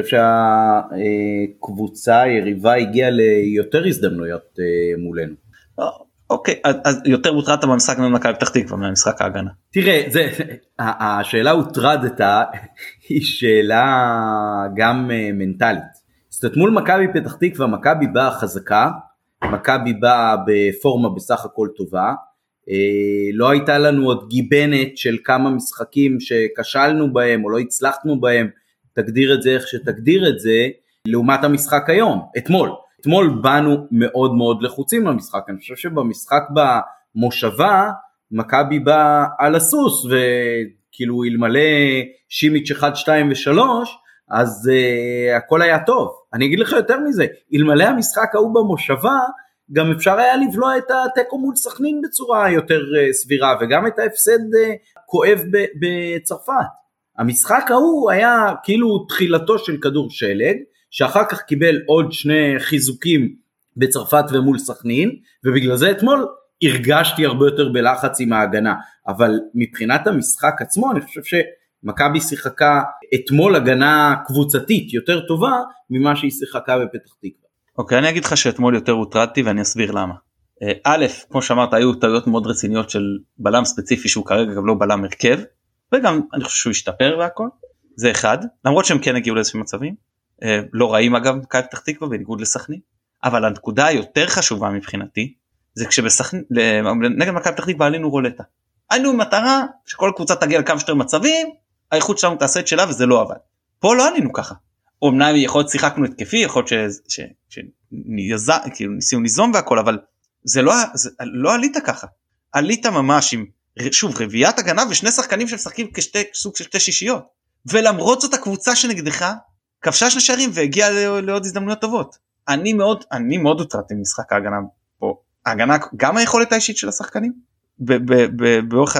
שהקבוצה היריבה הגיעה ליותר הזדמנויות מולנו. אוקיי, אז יותר הוטרדת במשחק נגד מכבי פתח תקווה מהמשחק ההגנה. תראה, זה, השאלה הוטרדת היא שאלה גם מנטלית. זאת אומרת, מול מכבי פתח תקווה, מכבי באה חזקה, מכבי באה בפורמה בסך הכל טובה, לא הייתה לנו עוד גיבנת של כמה משחקים שקשלנו בהם או לא הצלחנו בהם, תגדיר את זה איך שתגדיר את זה, לעומת המשחק היום, אתמול. אתמול באנו מאוד מאוד לחוצים למשחק, אני חושב שבמשחק במושבה, מכבי בא על הסוס, וכאילו אלמלא שימיץ' אחד, שתיים ושלוש, אז uh, הכל היה טוב. אני אגיד לך יותר מזה, אלמלא המשחק ההוא במושבה, גם אפשר היה לבלוע את הטקו מול סכנין בצורה יותר uh, סבירה, וגם את ההפסד uh, כואב בצרפת. המשחק ההוא היה כאילו תחילתו של כדור שלג, שאחר כך קיבל עוד שני חיזוקים בצרפת ומול סכנין, ובגלל זה אתמול הרגשתי הרבה יותר בלחץ עם ההגנה, אבל מבחינת המשחק עצמו אני חושב שמכבי שיחקה אתמול הגנה קבוצתית יותר טובה ממה שהיא שיחקה בפתח תקווה. אוקיי, אני אגיד לך שאתמול יותר הוטרדתי ואני אסביר למה. א', כמו שאמרת, היו טעויות מאוד רציניות של בלם ספציפי שהוא כרגע גם לא בלם הרכב, וגם אני חושב שהוא השתפר והכל, זה אחד, למרות שהם כן הגיעו לאיזשהם מצבים, לא רעים אגב מכבי פתח תקווה בניגוד לסכנין, אבל הנקודה היותר חשובה מבחינתי, זה כשבסכנין, נגד מכבי פתח תקווה עלינו רולטה, היינו מטרה שכל קבוצה תגיע לכמה שיותר מצבים, האיכות שלנו תעשה את שלה וזה לא עבד, פה לא עלינו ככה, אומנם יכול להיות שיחקנו התקפי, יכול להיות שניסינו ניזום והכל, אבל זה לא, זה, לא עלית ככה, עלית ממש עם, שוב, רביעת הגנה ושני שחקנים שמשחקים כסוג של שתי שישיות, ולמרות זאת הקבוצה שנגדך, כבשה שני שערים והגיעה לעוד הזדמנויות טובות. אני מאוד, אני מאוד הוטרדתי ממשחק ההגנה פה. ההגנה, גם היכולת האישית של השחקנים, באורך,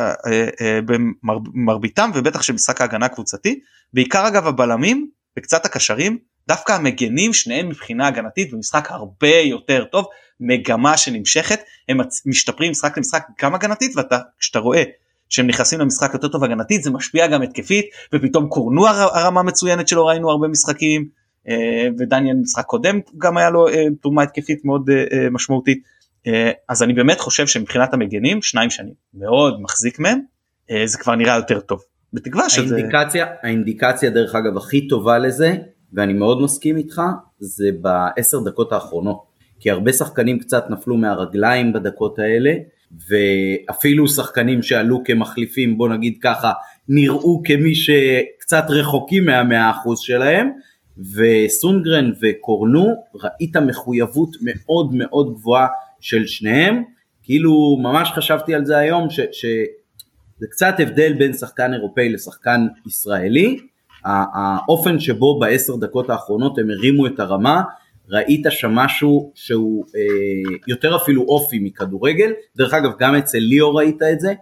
במרביתם, ובטח שמשחק ההגנה הקבוצתי, בעיקר אגב הבלמים, וקצת הקשרים, דווקא המגנים, שניהם מבחינה הגנתית, במשחק הרבה יותר טוב, מגמה שנמשכת, הם משתפרים משחק למשחק גם הגנתית, ואתה, כשאתה רואה, שהם נכנסים למשחק יותר טוב הגנתית, זה משפיע גם התקפית, ופתאום קורנו הרמה מצוינת שלו, ראינו הרבה משחקים, ודניאל משחק קודם גם היה לו תרומה התקפית מאוד משמעותית, אז אני באמת חושב שמבחינת המגנים, שניים שאני מאוד מחזיק מהם, זה כבר נראה יותר טוב. בתקווה שזה... האינדיקציה, האינדיקציה דרך אגב הכי טובה לזה, ואני מאוד מסכים איתך, זה בעשר דקות האחרונות, כי הרבה שחקנים קצת נפלו מהרגליים בדקות האלה, ואפילו שחקנים שעלו כמחליפים, בוא נגיד ככה, נראו כמי שקצת רחוקים מהמאה אחוז שלהם, וסונגרן וקורנו, ראית מחויבות מאוד מאוד גבוהה של שניהם, כאילו ממש חשבתי על זה היום, ש, שזה קצת הבדל בין שחקן אירופאי לשחקן ישראלי, האופן שבו בעשר דקות האחרונות הם הרימו את הרמה, ראית שם משהו שהוא אה, יותר אפילו אופי מכדורגל, דרך אגב גם אצל ליאו ראית את זה,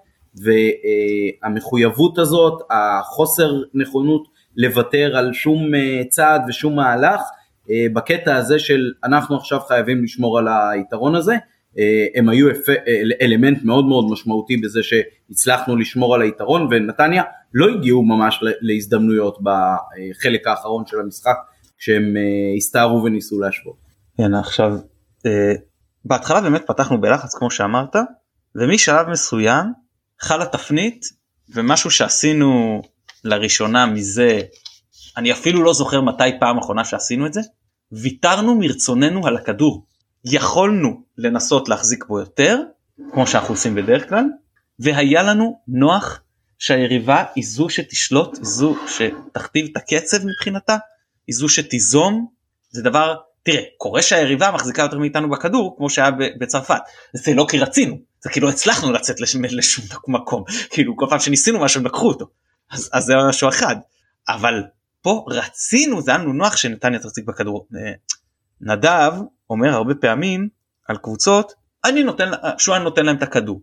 והמחויבות הזאת, החוסר נכונות לוותר על שום אה, צעד ושום מהלך, אה, בקטע הזה של אנחנו עכשיו חייבים לשמור על היתרון הזה, אה, הם היו אפ... אלמנט מאוד מאוד משמעותי בזה שהצלחנו לשמור על היתרון, ונתניה לא הגיעו ממש להזדמנויות בחלק האחרון של המשחק, כשהם הסתערו וניסו להשוות. כן, עכשיו, בהתחלה באמת פתחנו בלחץ כמו שאמרת, ומשלב מסוים חלה תפנית, ומשהו שעשינו לראשונה מזה, אני אפילו לא זוכר מתי פעם אחרונה שעשינו את זה, ויתרנו מרצוננו על הכדור, יכולנו לנסות להחזיק בו יותר, כמו שאנחנו עושים בדרך כלל, והיה לנו נוח שהיריבה היא זו שתשלוט, היא זו שתכתיב את הקצב מבחינתה, היא זו שתיזום, זה דבר, תראה, קורה שהיריבה מחזיקה יותר מאיתנו בכדור, כמו שהיה בצרפת, זה לא כי רצינו, זה כאילו הצלחנו לצאת לשום מקום, כאילו כל פעם שניסינו משהו לקחו אותו, אז, אז זה משהו אחד, אבל פה רצינו, זה היה לנו נוח שנתניה תחזיק בכדור. נדב אומר הרבה פעמים על קבוצות, אני נותן, שואן נותן להם את הכדור,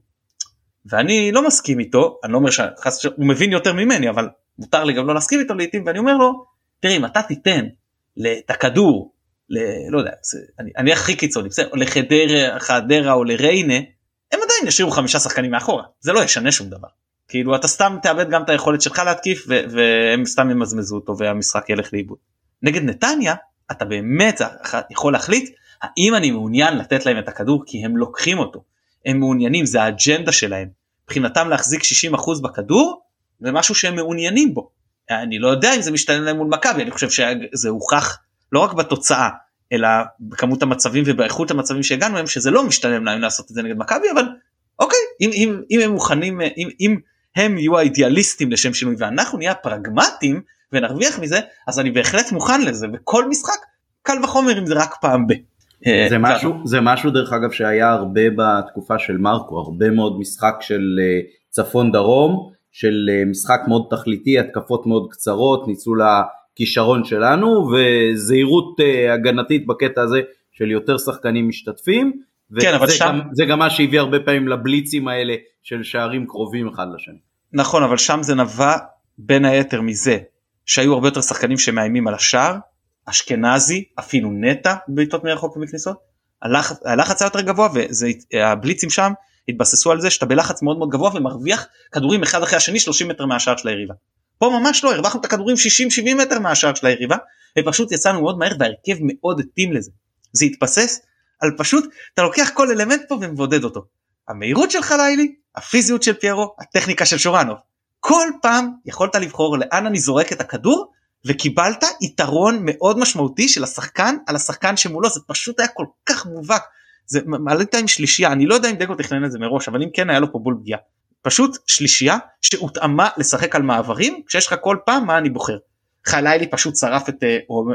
ואני לא מסכים איתו, אני לא אומר שהוא מבין יותר ממני, אבל מותר לי גם לא להסכים איתו לעתים, ואני אומר לו, תראי, אם אתה תיתן את הכדור, ל, לא יודע, אני, אני הכי קיצוני, לחדרה, חדרה או לריינה, הם עדיין ישאירו חמישה שחקנים מאחורה, זה לא ישנה שום דבר. כאילו אתה סתם תאבד גם את היכולת שלך להתקיף, ו- והם סתם ימזמזו אותו והמשחק ילך לאיבוד. נגד נתניה, אתה באמת יכול להחליט, האם אני מעוניין לתת להם את הכדור, כי הם לוקחים אותו, הם מעוניינים, זה האג'נדה שלהם, מבחינתם להחזיק שישים אחוז בכדור, זה משהו שהם מעוניינים בו. אני לא יודע אם זה משתנה להם מול מכבי, אני חושב שזה הוכח לא רק בתוצאה, אלא בכמות המצבים ובאיכות המצבים שהגענו הם, שזה לא משתלם להם לעשות את זה נגד מכבי, אבל אוקיי, אם, אם, אם הם מוכנים, אם, אם הם יהיו האידיאליסטים לשם שינוי, ואנחנו נהיה פרגמטיים ונרוויח מזה, אז אני בהחלט מוכן לזה, וכל משחק, קל וחומר אם זה רק פעם ב. זה משהו, זה משהו דרך אגב שהיה הרבה בתקופה של מרקו, הרבה מאוד משחק של צפון דרום, של משחק מאוד תכליתי, התקפות מאוד קצרות, ניצול הכישרון שלנו, וזהירות הגנתית בקטע הזה של יותר שחקנים משתתפים, כן, אבל וזה שם... גם, זה גם מה שהביא הרבה פעמים לבליצים האלה של שערים קרובים אחד לשני. נכון, אבל שם זה נבע בין היתר מזה, שהיו הרבה יותר שחקנים שמאיימים על השער, אשכנזי, אפילו נטע בעיטות מרחוק ובכניסות, הלחץ, הלחץ היה יותר גבוה, והבליצים שם התבססו על זה שאתה בלחץ מאוד מאוד גבוה ומרוויח כדורים אחד אחרי השני שלושים מטר מהשער של היריבה. פה ממש לא, הרווחנו את הכדורים שישים שבעים מטר מהשער של היריבה, ופשוט יצאנו מאוד מהר והרכב מאוד התאים לזה. זה התבסס על פשוט, אתה לוקח כל אלמנט פה ומבודד אותו. המהירות של חלילי, הפיזיות של פיירו, הטכניקה של שורנוב. כל פעם יכולת לבחור לאן אני זורק את הכדור, וקיבלת יתרון מאוד משמעותי של השחקן על השחקן שמולו, זה פשוט היה כל כך מובהק. זה מעלית עם שלישייה, אני לא יודע אם דגו תכנן את זה מראש, אבל אם כן היה לו פה בול פגיעה. פשוט שלישייה שהותאמה לשחק על מעברים, כשיש לך כל פעם מה אני בוחר. חלילי פשוט שרף את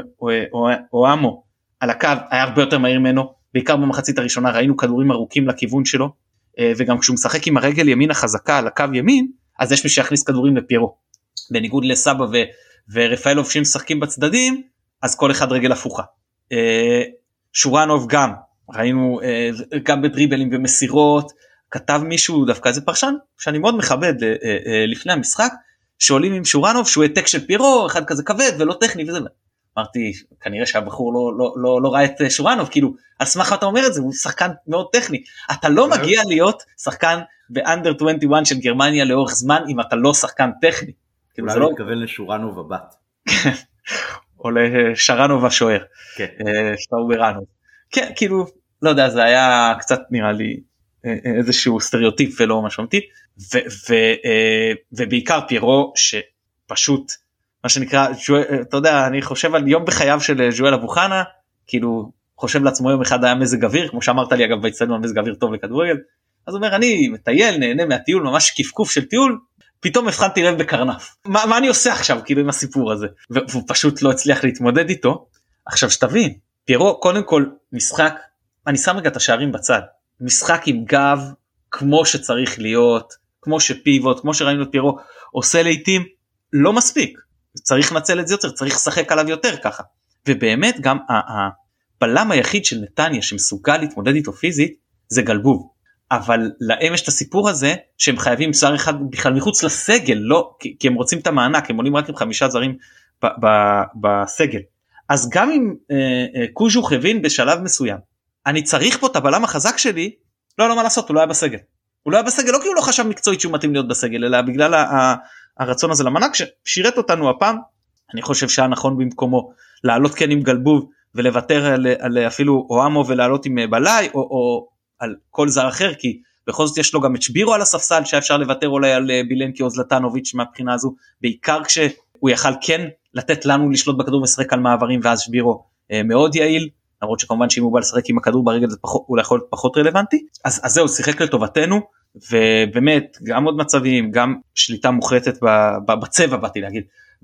אוהמו על הקו, היה הרבה יותר מהיר ממנו, בעיקר במחצית הראשונה ראינו כדורים ארוכים לכיוון שלו, וגם כשהוא משחק עם הרגל ימין החזקה על הקו ימין, אז יש מי שיכניס כדורים לפיירו. בניגוד לסבא ו... ורפאלוב שמשחקים בצדדים, אז כל אחד רגל הפוכה. שורנוב גם, ראינו גם בדריבלים ומסירות, כתב מישהו דווקא איזה פרשן, שאני מאוד מכבד לפני המשחק, שעולים עם שורנוב שהוא העתק של פיירו, אחד כזה כבד ולא טכני וזה. אמרתי, כנראה שהבחור לא, לא, לא, לא ראה את שורנוב, כאילו, על סמך אתה אומר את זה, הוא שחקן מאוד טכני. אתה לא מגיע להיות שחקן באנדר עשרים ואחת של גרמניה לאורך זמן, אם אתה לא שחקן טכני. אולי הוא מתכוון לשורנוב הבת. עולה שרנוב השוער, שטאוברנו. כן, כאילו, לא יודע, זה היה קצת נראה לי איזשהו סטריאוטיפ ולא משמעותי, ובעיקר פיירו שפשוט, מה שנקרא, אתה יודע, אני חושב על יום בחייו של ז'ואל אבוחנה, כאילו, חושב לעצמו יום אחד היה מזג אוויר, כמו שאמרת לי אגב, והצטיינו על מזג אוויר טוב לכדורגל, אז הוא אומר, אני מטייל, נהנה מהטיול, ממש כפכוף של טיול, פתאום הבחנתי לב בקרנף. מה, מה אני עושה עכשיו, כאילו, עם הסיפור הזה? והוא פשוט לא הצליח להתמודד איתו. עכשיו שתבין, פיירו, קודם כל, משחק, אני שם רגע את השערים בצד, משחק עם גב, כמו שצריך להיות, כמו שפיבוט, כמו שראינו את פיירו, עושה לעתים, לא מספיק. צריך לנצל את זה יותר, צריך לשחק עליו יותר ככה. ובאמת, גם הבלם היחיד של נתניה, שמסוגל להתמודד איתו פיזית, זה גלבוב. אבל להם יש את הסיפור הזה שהם חייבים שר אחד בכלל מחוץ לסגל, לא, כי, כי הם רוצים את המענק, הם עולים רק עם חמישה זרים ב, ב, בסגל. אז גם אם אה, אה, קוז'וך הבין בשלב מסוים, אני צריך פה את הבלם החזק שלי, לא, לא מה לעשות, הוא לא היה בסגל. הוא לא היה בסגל, לא כי הוא לא חשב מקצועית שהוא מתאים להיות בסגל, אלא בגלל ה, ה, הרצון הזה למענק ששירת אותנו הפעם, אני חושב שהיה נכון במקומו, לעלות כן עם גלבוב, ולוותר על, על אפילו אוהמו ולעלות עם בלאי, או, או על כל זר אחר, כי בכל זאת יש לו גם את שבירו על הספסל, שאפשר לוותר אולי על בילנקי או זלטנוביץ' מהבחינה הזו, בעיקר כשהוא יכל כן לתת לנו לשלוט בכדור ושחק על מעברים, ואז שבירו אה, מאוד יעיל, למרות שכמובן שאם הוא בא לשחק עם הכדור ברגל, זה פחות, אולי יכול להיות פחות רלוונטי, אז, אז זהו, שיחק לטובתנו, ובאמת, גם עוד מצבים, גם שליטה מוחלטת בצבע, באתי להגיד,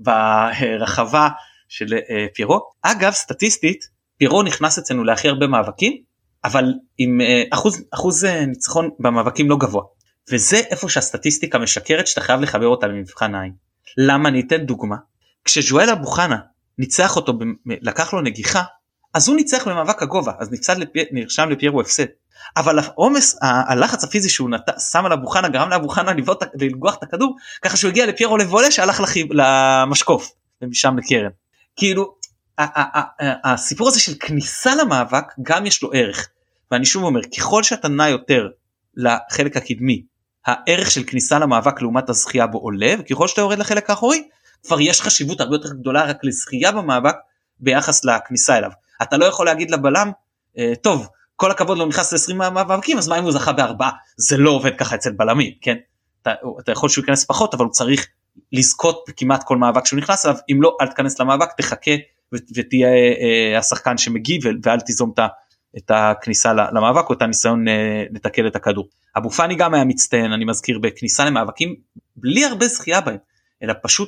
ברחבה של אה, פיירו. אגב, סטטיסטית, פיירו נכנס אצלנו להכי הרבה מאבקים, אבל עם אחוז, אחוז ניצחון במאבקים לא גבוה. וזה איפה שהסטטיסטיקה משקרת, שאתה חייב לחבר אותה למבחן העין. למה? אני אתן דוגמה. כשז'ואל אבוחנה ניצח אותו, לקח לו נגיחה, אז הוא ניצח במאבק הגובה, אז ניצד לפי, נרשם לפיירו הפסד. אבל העומס, הלחץ הפיזי שהוא נת, שם על אבוחנה, גרם לאבוחנה ללגוח את הכדור, ככה שהוא הגיע לפיירו לבולה, שהלך לחיב, למשקוף, ומשם לקרן. כאילו, הסיפור הזה של כניסה למאבק, גם יש לו ערך. ואני שוב אומר, ככל שאתה נע יותר לחלק הקדמי, הערך של כניסה למאבק לעומת הזכייה בו עולה, וככל שאתה יורד לחלק האחורי, כבר יש חשיבות הרבה יותר גדולה רק לזכייה במאבק, ביחס לכניסה אליו. אתה לא יכול להגיד לבלם, טוב, כל הכבוד לא נכנס ל-עשרים מאבקים, אז מה אם הוא זכה בארבעה? זה לא עובד ככה אצל בלמים, כן? אתה, אתה יכול שהוא ייכנס פחות, אבל הוא צריך לזכות בכמעט כל מאבק שהוא נכנס אליו, אם לא, אל תכנס למאבק, תחכה ותהיה השחקן שמגיב, ואל תיזום את הכניסה למאבק, או את הניסיון לתקל את הכדור. אבו פאני גם היה מצטיין, אני מזכיר, בכניסה למאבקים, בלי הרבה זכייה בהם, אלא פשוט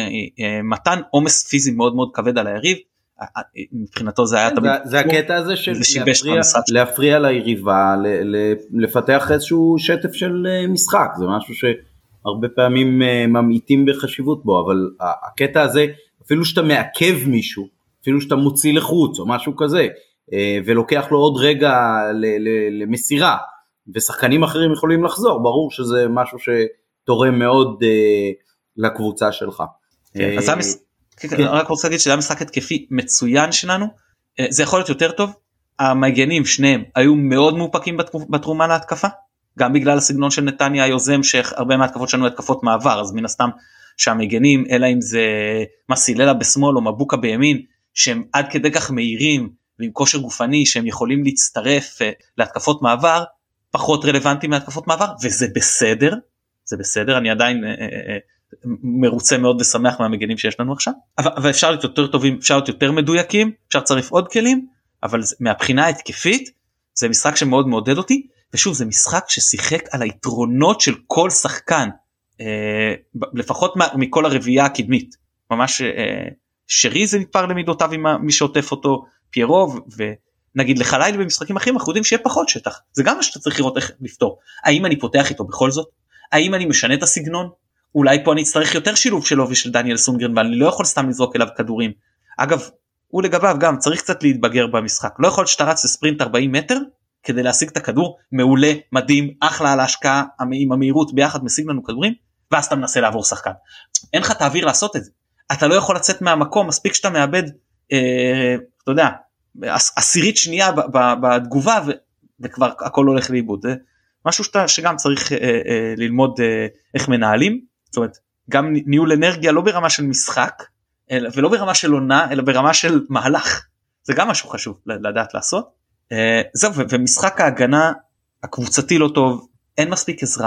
מתן עומס פיזי מאוד מאוד כבד על היריב, מבחינתו זה היה תמיד... זה הקטע הזה של להפריע ליריבה, לפתח איזשהו שטף של משחק, זה משהו שהרבה פעמים ממעיטים בחשיבות בו, אבל הקטע הזה, אפילו שאתה מעכב מישהו, אפילו שאתה מוציא לחוץ או משהו כזה, ולוקח לו עוד רגע למסירה, ושחקנים אחרים יכולים לחזור, ברור שזה משהו שתורם מאוד לקבוצה שלך. אז אני רק רוצה להגיד שזה היה משחק התקפי מצוין שלנו, זה יכול להיות יותר טוב, המגנים שניהם היו מאוד מאופקים בתרומה להתקפה, גם בגלל הסגנון של נתניה היוזם, שהרבה מהתקפות שלנו התקפות מעבר, אז מן הסתם שהמגנים, אלא אם זה מסיללה בשמאל או מבוקה בימין, שהם עד כדי כך מהירים, ועם כושר גופני, שהם יכולים להצטרף להתקפות מעבר, פחות רלוונטיים להתקפות מעבר, וזה בסדר, זה בסדר, אני עדיין מרוצה מאוד ושמח מהמגנים שיש לנו עכשיו, אבל אפשר להיות יותר טובים, אפשר להיות יותר מדויקים, אפשר לצרף עוד כלים, אבל מהבחינה ההתקפית, זה משחק שמאוד מעודד אותי, ושוב זה משחק ששיחק על היתרונות של כל שחקן, לפחות מכל הרביעייה הקדמית, ממש שרי זה נתפר למידותיו עם מי שעוטף אותו, פיירו, ונגיד לחליל במשחקים אחרים, אנחנו יודעים שיהיה פחות שטח, זה גם מה שאתה צריך לראות איך לפתור, האם אני פותח איתו בכל זאת, האם אני משנה את הסגנון, אולי פה אני אצטרך יותר שילוב שלו ושל דניאל סונגרן, ואני לא יכול סתם לזרוק אליו כדורים, אגב, הוא לגביו גם צריך קצת להתבגר במשחק, לא יכול שאתה רץ לספרינט ארבעים מטר, כדי להשיג את הכדור, מעולה, מדהים, אחלה על ההשקעה, עם המהירות ביחד משיג לנו כדורים, ואז אתה מנסה לעבור שחקן, אין לך תעביר לעשות את זה, אתה לא יכול לצאת מהמקום, מספיק שאתה מאבד, אה, אתה יודע, עשירית שנייה בתגובה, ו, וכבר הכל הולך לאיבוד, זה משהו שאתה, שגם צריך אה, אה, ללמוד אה, איך מנהלים, זאת אומרת, גם ניהול אנרגיה לא ברמה של משחק, ולא ברמה של עונה, אלא ברמה של מהלך. זה גם משהו חשוב לדעת לעשות. זהו, ומשחק ההגנה הקבוצתי לא טוב, אין מספיק עזרה,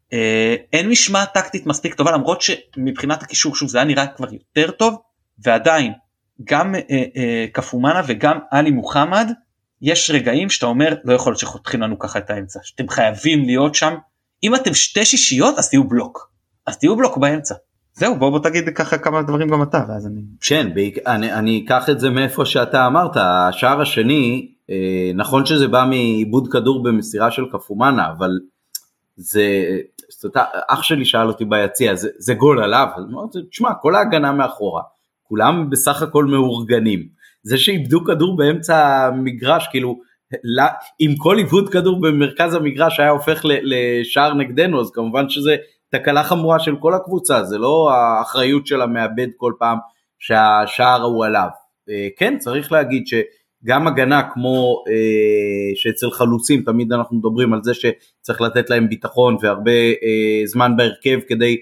אין משמעת טקטית מספיק טובה, למרות שמבחינת הקישור שוב זה היה נראה כבר יותר טוב, ועדיין גם קפומנה וגם אלי מוחמד, יש רגעים שאתה אומר לא יכול להיות שחותכים לנו ככה את האמצע, שאתם חייבים להיות שם, אם אתם שתי שישיות אז תהיו בלוק, אז תהיו בלוק באמצע. זהו, בוא בוא תגיד ככה כמה דברים גם אתה, ואז אני... כן, אני, אני אקח את זה מאיפה שאתה אמרת, השער השני, אה, נכון שזה בא מאיבוד כדור במסירה של קפומנה, אבל זה, זאת, אח שלי שאל אותי ביציע, זה, זה גול עליו, אז אמרתי, תשמע, כל ההגנה מאחורה, כולם בסך הכל מאורגנים, זה שאיבדו כדור באמצע המגרש, כאילו, לא, אם כל איבוד כדור במרכז המגרש היה הופך לשער נגדנו, אז כמובן שזה תקלה חמורה של כל הקבוצה, זה לא האחריות של המאבד כל פעם שהשער הוא עליו. כן, צריך להגיד שגם הגנה כמו שאצל חלוצים, תמיד אנחנו מדברים על זה שצריך לתת להם ביטחון והרבה זמן בהרכב כדי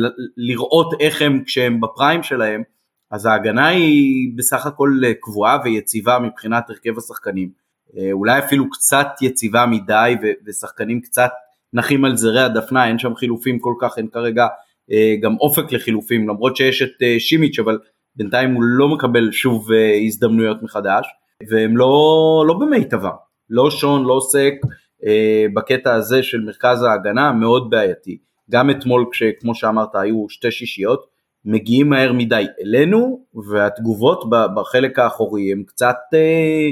לראות איך הם כשהם בפריים שלהם, אז ההגנה היא בסך הכל קבועה ויציבה מבחינת הרכב השחקנים, אולי אפילו קצת יציבה מדי ושחקנים קצת נחים על זרי הדפנה, אין שם חילופים כל כך, אין כרגע אה, גם אופק לחילופים, למרות שיש את אה, שימיץ', אבל בינתיים הוא לא מקבל שוב אה, הזדמנויות מחדש, והם לא, לא במיטבה, לא שון, לא סק, אה, בקטע הזה של מרכז ההגנה, מאוד בעייתי, גם אתמול כשכמו שאמרת היו שתי שישיות, מגיעים מהר מדי אלינו, והתגובות בחלק האחורי הם קצת אה,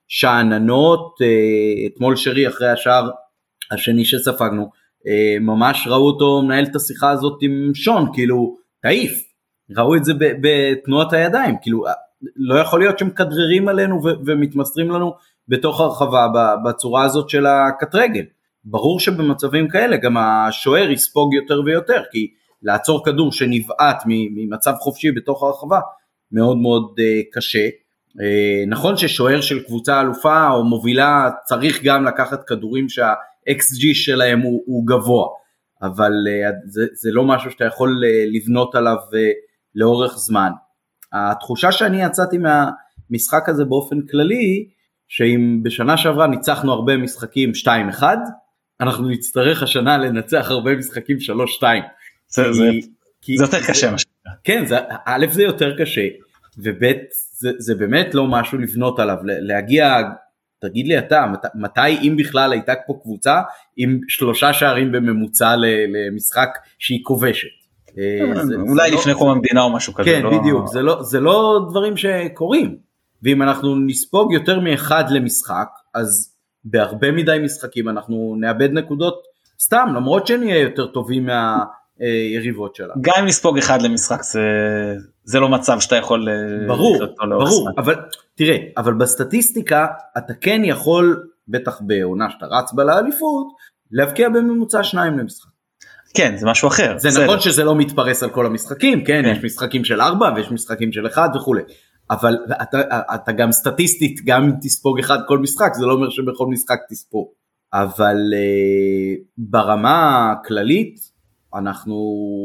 שעננות, אה, אתמול שרי אחרי השער, השני שספגנו, ממש ראו אותו מנהל את השיחה הזאת עם שון, כאילו, תעיף, ראו את זה בתנועת הידיים, כאילו, לא יכול להיות שמקדררים עלינו ומתמסרים לנו בתוך הרחבה בצורה הזאת של הקטרגל, ברור שבמצבים כאלה גם השוער יספוג יותר ויותר, כי לעצור כדור שנבעט ממצב חופשי בתוך הרחבה, מאוד מאוד קשה, נכון ששוער של קבוצה אלופה או מובילה צריך גם לקחת כדורים שה אקס ג'י שלהם הוא, הוא גבוה, אבל uh, זה, זה לא משהו שאתה יכול uh, לבנות עליו uh, לאורך זמן. התחושה שאני יצאתי מהמשחק הזה באופן כללי, שאם בשנה שעברה ניצחנו הרבה משחקים שתיים אחד, אנחנו נצטרך השנה לנצח הרבה משחקים שלוש שתיים. זה, כי, זה, כי, זה יותר זה, קשה. משהו. כן, זה, א' זה יותר קשה, וב' זה, זה באמת לא משהו לבנות עליו, להגיע... תגיד לי אתה, מתי אם בכלל הייתה פה קבוצה עם שלושה שערים בממוצע למשחק שהיא כובשת? אולי לפני קום המדינה או משהו כזה. כן, בדיוק, זה לא דברים שקורים, ואם אנחנו נספוג יותר מאחד למשחק, אז בהרבה מדי משחקים אנחנו נאבד נקודות סתם, למרות שנהיה יותר טובים מהיריבות שלה. גם אם נספוג אחד למשחק זה לא מצב שאתה יכול... ברור, ברור, אבל... תראה, אבל בסטטיסטיקה אתה כן יכול, בטח בעונה שאתה רץ בה לאליפות, להבקיע בממוצע שניים למשחק. כן, זה משהו אחר. זה נכון שזה לא מתפרס על כל המשחקים, כן, יש משחקים של ארבע ויש משחקים של אחד וכו'. אבל אתה, אתה גם סטטיסטית, גם אם תספוג אחד כל משחק, זה לא אומר שבכל משחק תספוג. אבל uh, ברמה הכללית, אנחנו,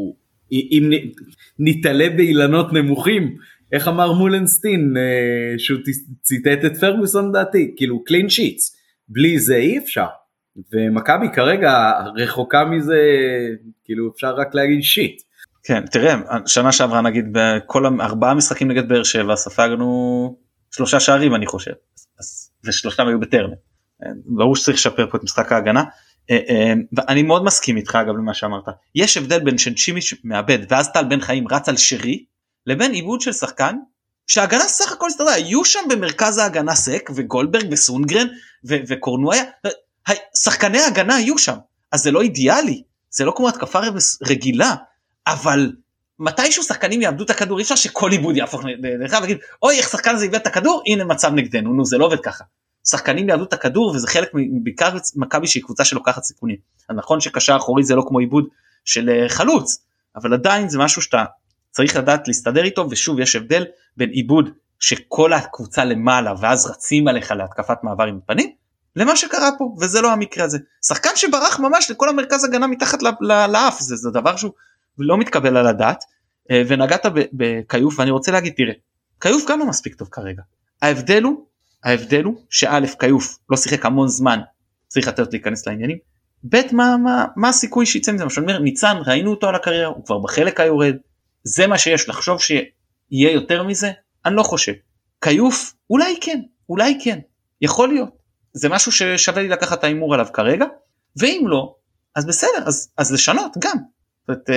אם נתעלה באילנות נמוכים, איך אמר מולנסטין, שהוא ציטט את פרגוסון דעתי, כאילו קלין שיטס, בלי זה אי אפשר, ומכבי כרגע רחוקה מזה, כאילו אפשר רק להגיד שיט. כן, תראה, שנה שעברה נגיד, בכל ארבעה משחקים נגד באר שבע, ספגנו שלושה שערים אני חושב, ושלושתם היו בטרנר, ברור שצריך לשפר פה את משחק ההגנה, ואני מאוד מסכים איתך אגב למה שאמרת, יש הבדל בין שצ'ימיץ' מאבד, ואז טל בן חיים רץ על שרי, לבין עיבוד של שחקן, שההגנה סך הכל הסתדרה, היו שם במרכז ההגנה סק, וגולדברג וסונגרן, ו- וקורנואיה, שחקני ההגנה היו שם, אז זה לא אידיאלי, זה לא כמו התקפה רגילה, אבל מתישהו שחקנים יאבדו את הכדור, אי אפשר שכל עיבוד יהפוך לדרך, ולהגיד, אוי איך שחקן הזה איבד את הכדור, הנה מצב נגדנו, נו זה לא עובד ככה, שחקנים יאבדו את הכדור, וזה חלק בעיקר מכבי שהיא קבוצה שלוקחת סיכונים, אז נכון שקשר אחורי זה לא כמו עיבוד של חלוץ, אבל עדיין זה משהו שאתה צריך לדעת להסתדר איתו, ושוב יש הבדל בין עיבוד שכל הקבוצה למעלה, ואז רצים עליך להתקפת מעבר עם פנים, למה שקרה פה, וזה לא המקרה הזה. שחקן שברח ממש לכל המרכז הגנה מתחת לאף, זה, זה דבר שהוא לא מתקבל על הדעת, ונגעת בקיוף, ואני רוצה להגיד, תראה, קיוף גם לא מספיק טוב כרגע. ההבדל הוא, ההבדל הוא, שא' קיוף לא שיחק המון זמן, צריך לתת להיכנס לעניינים, ב' מה, מה, מה הסיכוי שיצא מזה, מה שאומר, ניצן, ראינו אותו על הקריירה, הוא כבר בחלק היורד, זה מה שיש, לחשוב שיהיה יותר מזה, אני לא חושב. קיוף, אולי כן, אולי כן, יכול להיות, זה משהו ששווה לי לקחת את האימור עליו כרגע, ואם לא, אז בסדר, אז, אז לשנות גם, זאת,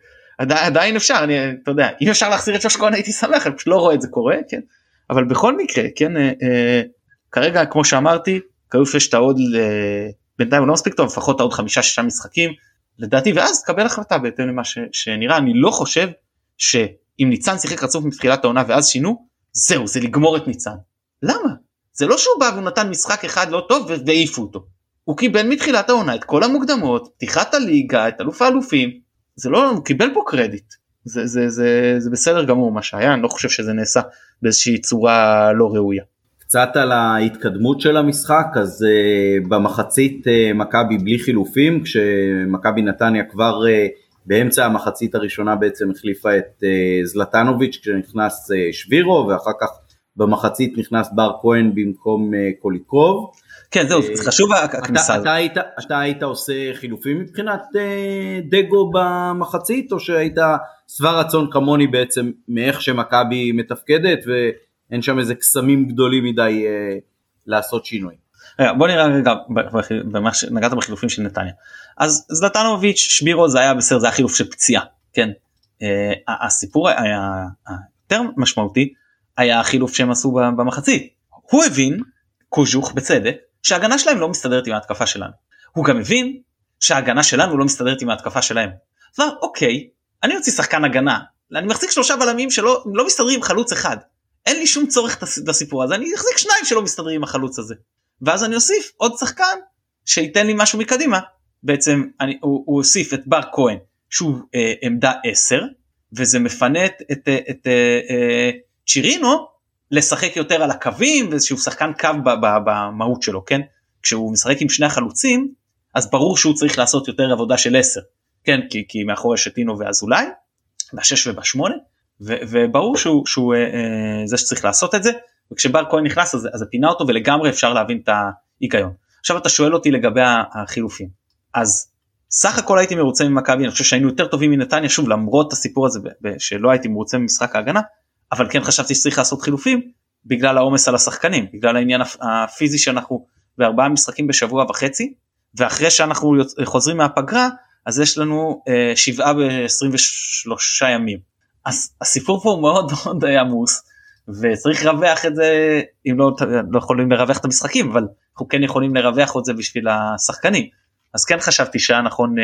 עדיין אפשר, אני, אתה יודע, אם אפשר להחזיר את שוש כהן הייתי שמח, אני פשוט לא רואה את זה קורה, כן, אבל בכל מקרה, כן, אה, אה, כרגע כמו שאמרתי, קיוף יש את העוד, אה, בינתיים הוא לא מספיק טוב, לפחות עוד חמישה שישה משחקים, לדעתי, ואז תקבל החלטה בהתאם למה ש, שנראה, אני לא חושב שאם ניצן שיחק רצוף מתחילת העונה ואז שינו, זהו, זה לגמור את ניצן. למה? זה לא שהוא בא והוא נתן משחק אחד לא טוב והעיפו אותו. הוא קיבל מתחילת העונה את כל המוקדמות, פתיחת הליגה, את אלוף האלופים, זה לא, הוא קיבל פה קרדיט. זה, זה, זה, זה בסדר גמור מה שהיה, אני לא חושב שזה נעשה באיזושהי צורה לא ראויה. קצת על ההתקדמות של המשחק, אז uh, במחצית uh, מכבי בלי חילופים, כשמכבי נתניה כבר uh, באמצע המחצית הראשונה בעצם החליפה את uh, זלטנוביץ' כשנכנס uh, שבירו, ואחר כך במחצית נכנס בר כהן במקום uh, קוליקוב. כן, זהו, זה חשוב הכניסה. אתה, אתה, היית, אתה היית עושה חילופים מבחינת uh, דגו במחצית, או שהיית שבע רצון כמוני בעצם מאיך שמכבי מתפקדת, ו... אין שם איזה קסמים גדולים מדי אה, לעשות שינוי. בוא נראה רגע, במה שנגעת בחילופים של נתניה. אז זלטנוביץ', שבירו, זה היה בסדר, זה היה חילוף של פציעה, כן. אה, הסיפור היה יותר משמעותי, היה החילוף שהם עשו במחצית. הוא הבין, קוז'וך בצדק, שההגנה שלהם לא מסתדרת עם ההתקפה שלנו. הוא גם הבין שההגנה שלנו לא מסתדרת עם ההתקפה שלהם. אז אמר, אוקיי, אני רוצה שחקן הגנה, אני מחזיק שלושה בלמים שלא לא מסתדרים עם חלוץ אחד. אין לי שום צורך לסיפור הזה, אני אחזיק שניים שלא מסתדרים עם החלוץ הזה, ואז אני אוסיף עוד שחקן שייתן לי משהו מקדימה, בעצם אני, הוא, הוא הוסיף את בר כהן, שהוא אה, עמדה עשר, וזה מפנה את, את, את אה, אה, צ'ירינו, לשחק יותר על הקווים, ושהוא שחקן קו ב, ב, במהות שלו, כן? כשהוא משחק עם שני החלוצים, אז ברור שהוא צריך לעשות יותר עבודה של עשר, כן? כי, כי מאחורי שטינו ואזולאי, בשש ובשמונה, ו- וברור שהוא, שהוא אה, זה שצריך לעשות את זה, וכשבר כהן נכנס אז, אז הפינה אותו, ולגמרי אפשר להבין את ההיגיון. עכשיו אתה שואל אותי לגבי החילופים, אז סך הכל הייתי מרוצה ממכבי, אני חושב שהיינו יותר טובים מנתניה, שוב למרות הסיפור הזה ב- שלא הייתי מרוצה ממשחק ההגנה, אבל כן חשבתי שצריך לעשות חילופים, בגלל העומס על השחקנים, בגלל העניין הפיזי שאנחנו בארבעה משחקים בשבוע וחצי, ואחרי שאנחנו חוזרים מהפגרה, אז יש לנו אה, שבעה ב-עשרים ושלושה ימים. אז הסיפור פה הוא מאוד מאוד עמוס, וצריך לרווח את זה, אם לא, לא יכולים לרווח את המשחקים, אבל אנחנו כן יכולים לרווח את זה בשביל השחקנים. אז כן חשבתי שהיה נכון אה,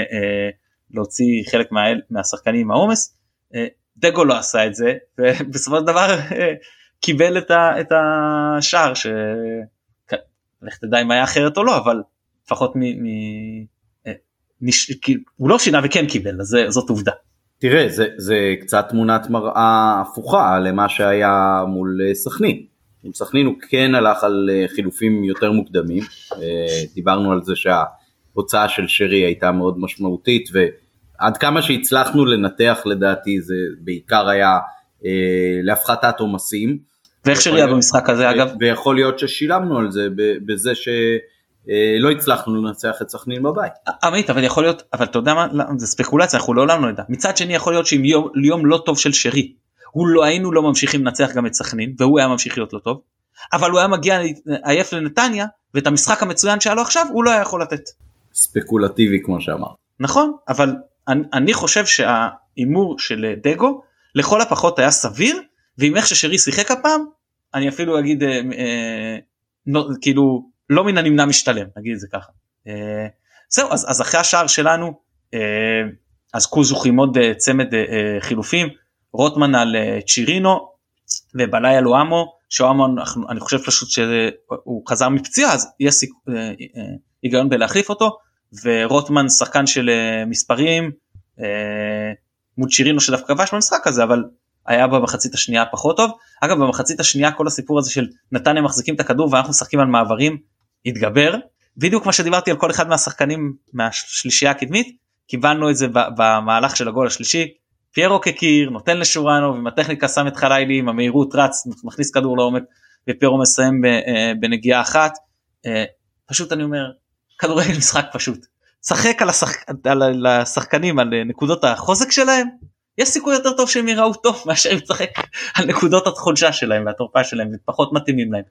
להוציא חלק מה, מהשחקנים מהעומס, אה, דגו לא עשה את זה, ובסופו של דבר אה, קיבל את, ה, את השער, ש... לך תדע אם היה אחרת או לא, אבל לפחות מ... מ... אה, נש... הוא לא שינה וכן קיבל, אז זאת עובדה. תראה, זה, זה קצת תמונת מראה הפוכה למה שהיה מול סכנין. עם סכנין הוא כן הלך על חילופים יותר מוקדמים, דיברנו על זה שההוצאה של שרי הייתה מאוד משמעותית, ועד כמה שהצלחנו לנתח לדעתי זה בעיקר היה להפחתת עומסים. ואיך שרי היה במשחק הזה אגב? ויכול להיות ששילמנו על זה בזה ש... לא הצלחנו לנצח את סכנין בבית. עמית, אבל יכול להיות, אבל אתה יודע מה, זה ספקולציה, אנחנו לעולם לא נדע. מצד שני יכול להיות שעם יום, יום לא טוב של שרי, הוא לא, היינו לא ממשיכים לנצח גם את סכנין, והוא היה ממשיך להיות לא טוב, אבל הוא היה מגיע עייף לנתניה, ואת המשחק המצוין שהיה לו עכשיו, הוא לא היה יכול לתת. ספקולטיבי כמו שאמר. נכון, אבל אני, אני חושב שהאימור של דגו, לכל הפחות היה סביר, ועם איך ששרי שיחק הפעם, אני אפילו אגיד, אה, אה, לא, כאילו, לא מן הנמנע משתלם, נגיד את זה ככה. אה, זהו, אז, אז אחרי השער שלנו, אה, אז קוזוך עם עוד אה, צמד אה, חילופים, רוטמן על אה, צ'ירינו, ובלאי על אוהמו, שאוהמו, אני חושב פשוט שהוא חזר מפציעה, אז יש אה, אה, היגיון בלהחליף אותו, ורוטמן שחקן של אה, מספרים, אה, מול צ'ירינו שדווקא כבש במשחק הזה, אבל היה במחצית השנייה פחות טוב. אגב, במחצית השנייה כל הסיפור הזה של נתניה מחזיקים את הכדור ואנחנו משחקים על מעברים, התגבר. בדיוק מה שדיברתי על כל אחד מהשחקנים מהשלישייה הקדמית, קיבלנו את זה במהלך של הגול השלישי, פיירו כקיר, נותן לשורנוב, עם הטכניקה שם את חלילי, עם המהירות רץ, מכניס כדור לעומק, ופיירו מסיים בנגיעה אחת. פשוט אני אומר, כדורגל משחק פשוט. שחק על, השחק, על השחקנים, על נקודות החוזק שלהם, יש סיכוי יותר טוב שהם יראו טוב, מאשר הם צחק על נקודות החולשה שלהם, והתורפה שלהם, ופחות מתאימים להם.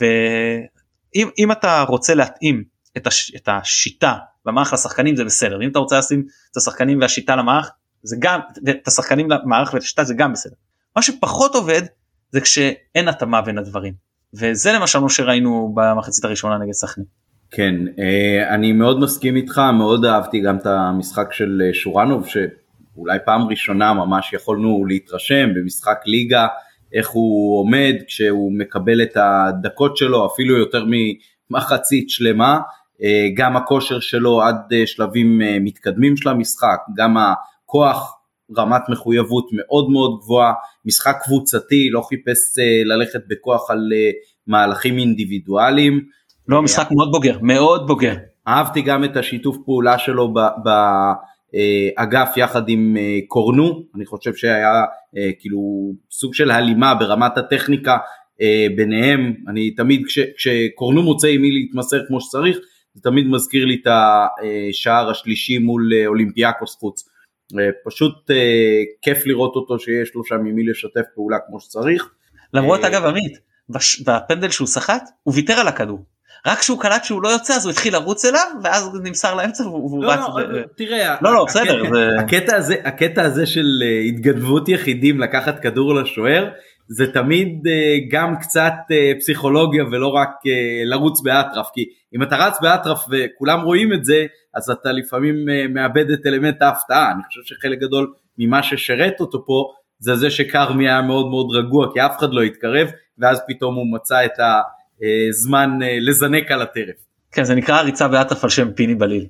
ואם אם אתה רוצה להתאים את, הש, את השיטה למערך לשחקנים, זה בסדר. אם אתה רוצה לשים את השחקנים והשיטה למערך, זה גם, את השחקנים למערך ואת השיטה, זה גם בסדר. מה שפחות עובד, זה כשאין התאמה בין הדברים. וזה למשל מה שראינו במחצית הראשונה נגד סכנין. כן, אני מאוד מסכים איתך, מאוד אהבתי גם את המשחק של שורנוב, שאולי פעם ראשונה ממש יכולנו להתרשם במשחק ליגה, איך הוא עומד כשהוא מקבל את הדקות שלו, אפילו יותר ממחצית שלמה, גם הכושר שלו עד שלבים מתקדמים של המשחק, גם הכוח, רמת מחויבות מאוד מאוד גבוהה, משחק קבוצתי, לא חיפש ללכת בכוח על מהלכים אינדיבידואליים. לא, משחק מאוד בוגר, מאוד בוגר. אהבתי גם את השיתוף פעולה שלו באגף יחד עם קורנו, אני חושב שהיה כאילו סוג של הלימה ברמת הטכניקה ביניהם, אני תמיד כש, כשקורנו מוצא עם מי להתמסר כמו שצריך, זה תמיד מזכיר לי את השער השלישי מול אולימפיאקוס חוץ, פשוט כיף לראות אותו שיש לו שם עם מי לשתף פעולה כמו שצריך. למרות אגב עמית, בפנדל שהוא שחט, הוא ויתר על הכדור. רק כשהוא קלט שהוא לא יוצא, אז הוא התחיל לרוץ אליו, ואז הוא נמסר לאמצע, והוא רץ. תראה, לא, לא, בסדר. הקטע הזה של התגנבות יחידים, לקחת כדור לשוער, זה תמיד גם קצת פסיכולוגיה, ולא רק לרוץ באטרף, כי אם אתה רץ באטרף, וכולם רואים את זה, אז אתה לפעמים מאבד את אלמנט ההפתעה. אני חושב שחלק גדול ממה ששרת אותו פה, זה זה שקרמי היה מאוד מאוד רגוע, כי אף אחד לא התקרב, ואז פתאום הוא מצא את ה... זמן לזנק על הטרף. כן, זה נקרא ריצה באטרף על שם פיני בליל.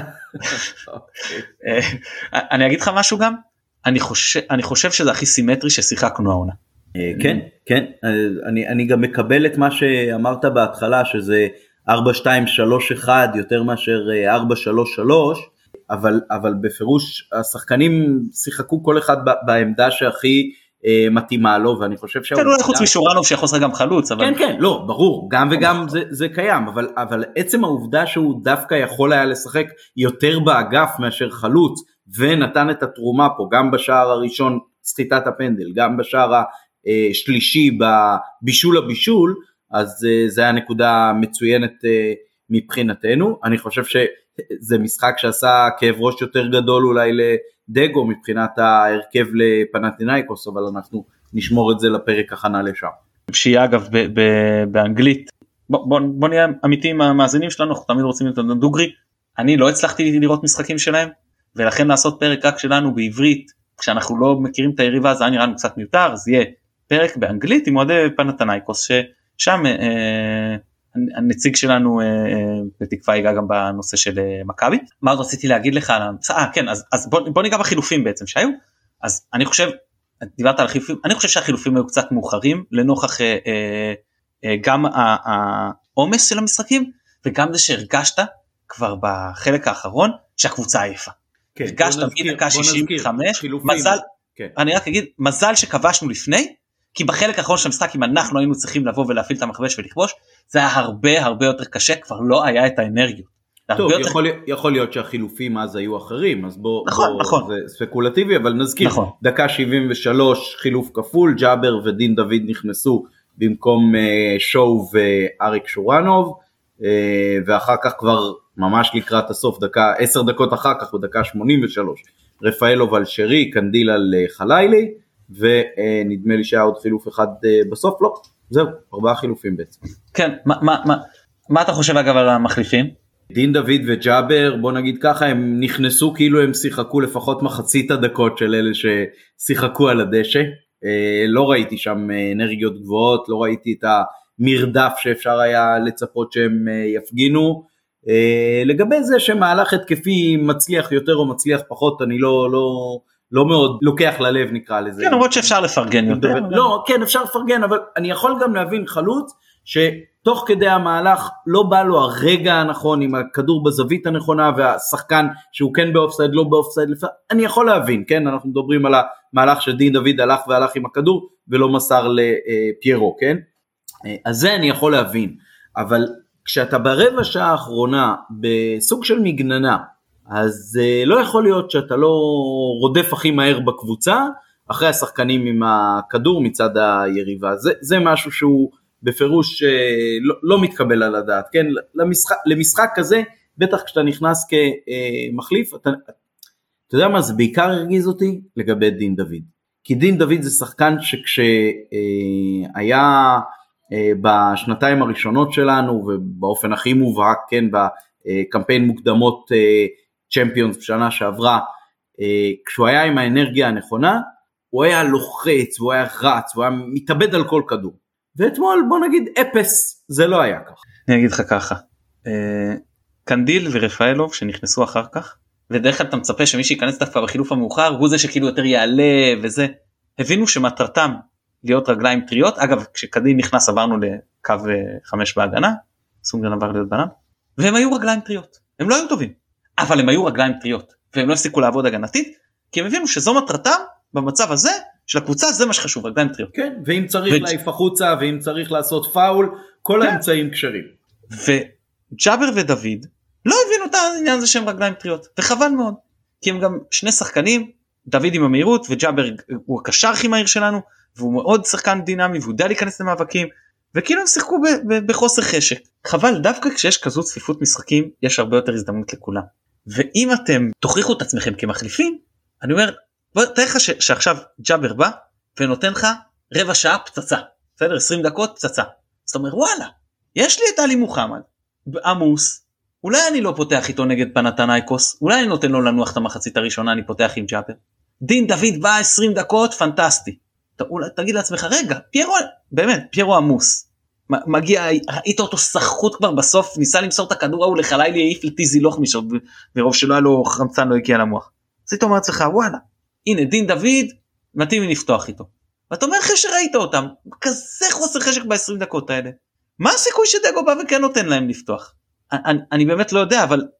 אני אגיד לך משהו גם, אני חושב, אני חושב שזה הכי סימטרי ששיחקנו העונה. כן, כן, אני, אני גם מקבל את מה שאמרת בהתחלה, שזה ארבע שתיים שלוש אחת יותר מאשר ארבע שלוש שלוש, אבל, אבל בפירוש השחקנים שיחקו כל אחד בעמדה שהכי מתאימה לו, ואני חושב כן, אולי חוץ משורנוב שיכול לשחק גם חלוץ, כן, כן, לא, ברור, גם וגם זה קיים, אבל עצם העובדה שהוא דווקא יכול היה לשחק יותר באגף מאשר חלוץ, ונתן את התרומה פה, גם בשער הראשון סחיטת הפנדל, גם בשער השלישי בבישול הבישול, אז זה היה נקודה מצוינת מבחינתנו. אני חושב שזה משחק שעשה כאב ראש יותר גדול אולי לדגו מבחינת ההרכב לפנתינייקוס, אבל אנחנו נשמור את זה לפרק הכנה לשם. שהיא אגב ב- ב- באנגלית, בוא, בוא, בוא נהיה אמיתיים עם המאזינים שלנו, אנחנו תמיד רוצים להיות דוגרי, אני לא הצלחתי לראות משחקים שלהם, ולכן לעשות פרק רק שלנו בעברית, כשאנחנו לא מכירים את היריבה, זה היה נראה קצת מיותר, אז יהיה פרק באנגלית עם אוהדי פנתינייקוס, ששם אה, הנציג שלנו אה, בתקווה ייגע גם בנושא של אה, מכבי. מה עוד רציתי להגיד לך? אה, כן, אז, אז בוא, בוא ניגע בחילופים בעצם שהיו, אז אני חושב, דיברת על החילופים, אני חושב שהחילופים היו קצת מאוחרים, לנוכח אה, אה, אה, גם העומס של המשחקים, וגם זה שהרגשת כבר בחלק האחרון, שהקבוצה עייפה. כן, הרגשת מדקה שישים וחמש, מזל, כן. אני רק אגיד, מזל שכבשנו לפני, כי בחלק האחרון של המשחק, אם אנחנו היינו צריכים לבוא ולהפעיל את המכבש ולכבוש, זה היה הרבה הרבה יותר קשה, כבר לא היה את האנרגיות. טוב, יכול, יותר... יכול להיות שהחילופים אז היו אחרים, אז בוא, נכון, בוא נכון. זה ספקולטיבי, אבל נזכיר, נכון. דקה שבעים ושלוש חילוף כפול, ג'אבר ודין דוד נכנסו במקום אה, שואו ואריק שורנוב, אה, ואחר כך כבר ממש לקראת הסוף, דקה, עשר דקות אחר כך, בדקה שמונים ושלוש, רפאלוב על שרי, קנדיל על חלילי, ונדמה לי שהיה עוד חילוף אחד בסוף, לא, זהו, ארבעה חילופים בעצם. כן, מה, מה, מה, מה אתה חושב אגב על המחליפים? דין דוד וג'אבר, בוא נגיד ככה, הם נכנסו כאילו הם שיחקו לפחות מחצית הדקות של אלה ששיחקו על הדשא, לא ראיתי שם אנרגיות גבוהות, לא ראיתי את המרדף שאפשר היה לצפות שהם יפגינו, לגבי זה שמהלך התקפי מצליח יותר או מצליח פחות, אני לא, לא, לא מאוד לוקח ללב נקרא לזה. כן, למרות שאפשר לפרגן יותר. לא, כן, אפשר לפרגן, אבל אני יכול גם להבין חלוץ, שתוך כדי המהלך לא בא לו הרגע הנכון עם הכדור בזווית הנכונה והשחקן שהוא כן באופסייד לא באופסייד, אני יכול להבין, כן, אנחנו מדברים על המהלך שדין דוד הלך והלך עם הכדור ולא מסר לפיירו, כן, אז זה אני יכול להבין, אבל כשאתה ברבע שעה האחרונה בסוג של מגננה, אז לא יכול להיות שאתה לא רודף הכי מהר בקבוצה, אחרי השחקנים עם הכדור מצד היריבה, זה, זה משהו שהוא בפירוש לא, לא מתקבל על הדעת, כן? למשחק, למשחק כזה, בטח כשאתה נכנס כמחליף, אתה, אתה יודע מה, זה בעיקר הרגיז אותי לגבי דין דוד, כי דין דוד זה שחקן שכשהיה בשנתיים הראשונות שלנו, ובאופן הכי מובהק, כן, בקמפיין מוקדמות צ'מפיונס בשנה שעברה, כשהוא היה עם האנרגיה הנכונה, הוא היה לוחץ, הוא היה רץ, הוא היה מתאבד על כל כדור. ואתמול בוא נגיד אפס, זה לא היה ככה. אני אגיד לך ככה, קנדיל ורפאלוב שנכנסו אחר כך, ודרך כלל אתה מצפה שמי שייכנס דווקא בחילוף המאוחר, הוא זה שכאילו יותר יעלה וזה, הבינו שמטרתם להיות רגליים טריות, אגב כשקנדיל נכנס עברנו לקו חמש בהגנה, סונגרן עבר להיות בנם, והם היו רגליים טריות, הם לא היו טובים, אבל הם היו רגליים טריות, והם לא הפסיקו לעבוד הגנתית, כי הם הבינו שזו מטרתם, במצב הזה של הקבוצה, זה מה שחשוב, רגליים טריות. כן, ואם צריך ו... להעיף החוצה, ואם צריך לעשות פאול, כל כן. האמצעים כשרים. וג'אבר ודוד לא הבינו את העניין הזה שהם רגליים טריות, וחבל מאוד, כי הם גם שני שחקנים, דוד עם המהירות, וג'אבר הוא הקשר הכי מהיר שלנו, והוא מאוד שחקן דינמי, והוא יודע להיכנס למאבקים, וכאילו הם שיחקו ב- ב- בחוסר חשק. חבל, דווקא כשיש כזו צפיפות משחקים, יש הרבה יותר הזדמנות לכולם. ואם אתם תוכיחו את עצמכם כמחליפים, אני אומר, תראה לך ש- שעכשיו ג'אבר בא, ונותן לך רבע שעה פצצה, בסדר? עשרים דקות פצצה. זאת אומרת, וואלה, יש לי את אלי מוחמד, עמוס, אולי אני לא פותח איתו נגד פנתנייקוס, אולי אני נותן לו לנוח את המחצית הראשונה, אני פותח עם ג'אבר. דין דוד בא עשרים דקות, פנטסטי. ת, אולי, תגיד לעצמך, רגע, פיירו, באמת, פיירו עמוס, מגיע, ראית אותו שחות כבר בסוף, ניסה למסור את הכדור ההוא לחלילי, העיף לטיזי לוחמיש, מרוב שלא היה לו חמצן, לא הגיע למוח. אז היית אומר לעצמך, וואלה, הנה דין דוד, מתאים לי לפתוח איתו. ואתה אומר אחרי שראית אותם, כזה חוסר חשק ב-עשרים דקות האלה. מה הסיכוי שדגו בא וכן נותן להם לפתוח? אני, אני באמת לא יודע, אבל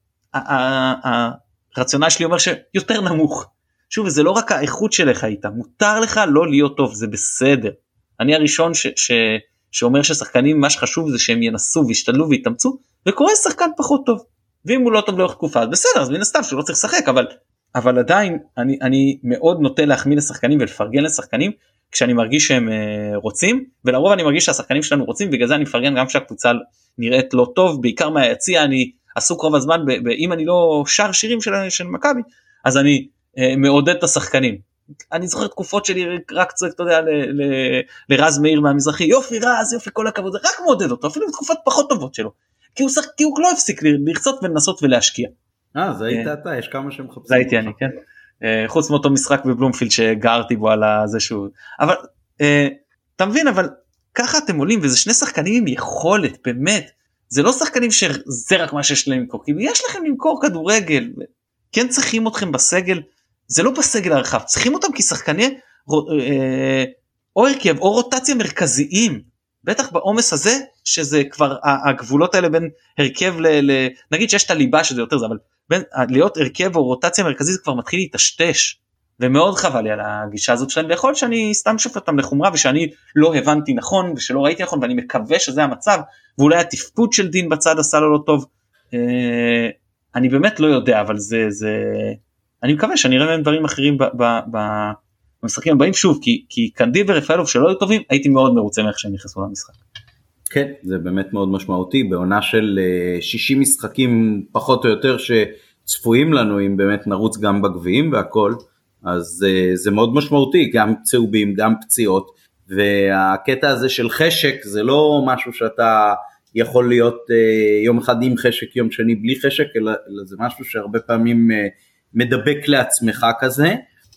הרציונל שלי אומר שיותר נמוך. שוב, זה לא רק האיכות שלך איתה, מותר לך לא להיות טוב, זה בסדר. אני הראשון ש, ש, שאומר ששחקנים, מה שחשוב זה שהם ינסו וישתלו ויתאמצו, וקורא שחקן פחות טוב. ואם הוא לא טוב לאורך תקופה, אז בסדר, אז מן הסתם שהוא לא צריך לשחק, אבל, אבל עדיין אני, אני מאוד נוטה להחמיא לשחקנים ולפרגן לשחקנים, כשאני מרגיש שהם רוצים, ולרוב אני מרגיש שהשחקנים שלנו רוצים, בגלל זה אני מפרגן גם כשהקבוצה נראית לא טוב, בעיקר מהיציע, אני עסוק רוב הזמן, אם אני לא שר שירים של, של מכבי, אז אני מעודד את השחקנים. אני זוכר תקופות שלי רק צועק, אתה יודע, ל, ל, לרז מאיר מהמזרחי, יופי רז, יופי כל הכבוד, זה רק מעודד אותו, אפילו בתקופות פחות טובות שלו, כי הוא, כי הוא לא הפסיק לרצות ולנסות ולהשקיע. אה, זה היית אתה, יש כמה שמחפשים. זה הייתי אני, כן. חוץ מאותו משחק בבלומפילד שגרתי בו על זה שהוא, אבל אתה מבין, אבל ככה אתם עולים, וזה שני שחקנים עם יכולת, באמת, זה לא שחקנים שזה רק מה שיש להם למכור, כאילו יש לכם למכור כדורגל, כן צריכים אתכם בסגל, זה לא בסגל הרחב, צריכים אותם כשחקני או הרכב או רוטציה מרכזיים, בטח בעומס הזה, שזה כבר הגבולות האלה בין הרכב ל... נגיד שיש את הליבה שזה יותר זה, אבל בין להיות הרכב או רוטציה מרכזית זה כבר מתחיל להתשתש, ומאוד חבל לי על הגישה הזאת שלהם, ויכול להיות שאני סתם שופט אותם לחומרה, ושאני לא הבנתי נכון, ושלא ראיתי נכון, ואני מקווה שזה המצב, ואולי התפקוד של דין בצד עשה לו לא טוב, אני באמת לא יודע, אבל זה, זה... אני מקווה שאני אראה מהם דברים אחרים ב, ב, ב, במשחקים הבאים, שוב, כי, כי קנדיל ורפאלוב שלא היו טובים, הייתי מאוד מרוצה מאיך שהם נכנסו למשחק. כן, זה באמת מאוד משמעותי, בעונה של שישים משחקים פחות או יותר שצפויים לנו, אם באמת נרוץ גם בגביעים והכל, אז זה מאוד משמעותי, גם צהובים, גם פציעות, והקטע הזה של חשק, זה לא משהו שאתה יכול להיות יום אחד עם חשק, יום שני בלי חשק, אלא, אלא זה משהו שהרבה פעמים מדבק לעצמך כזה,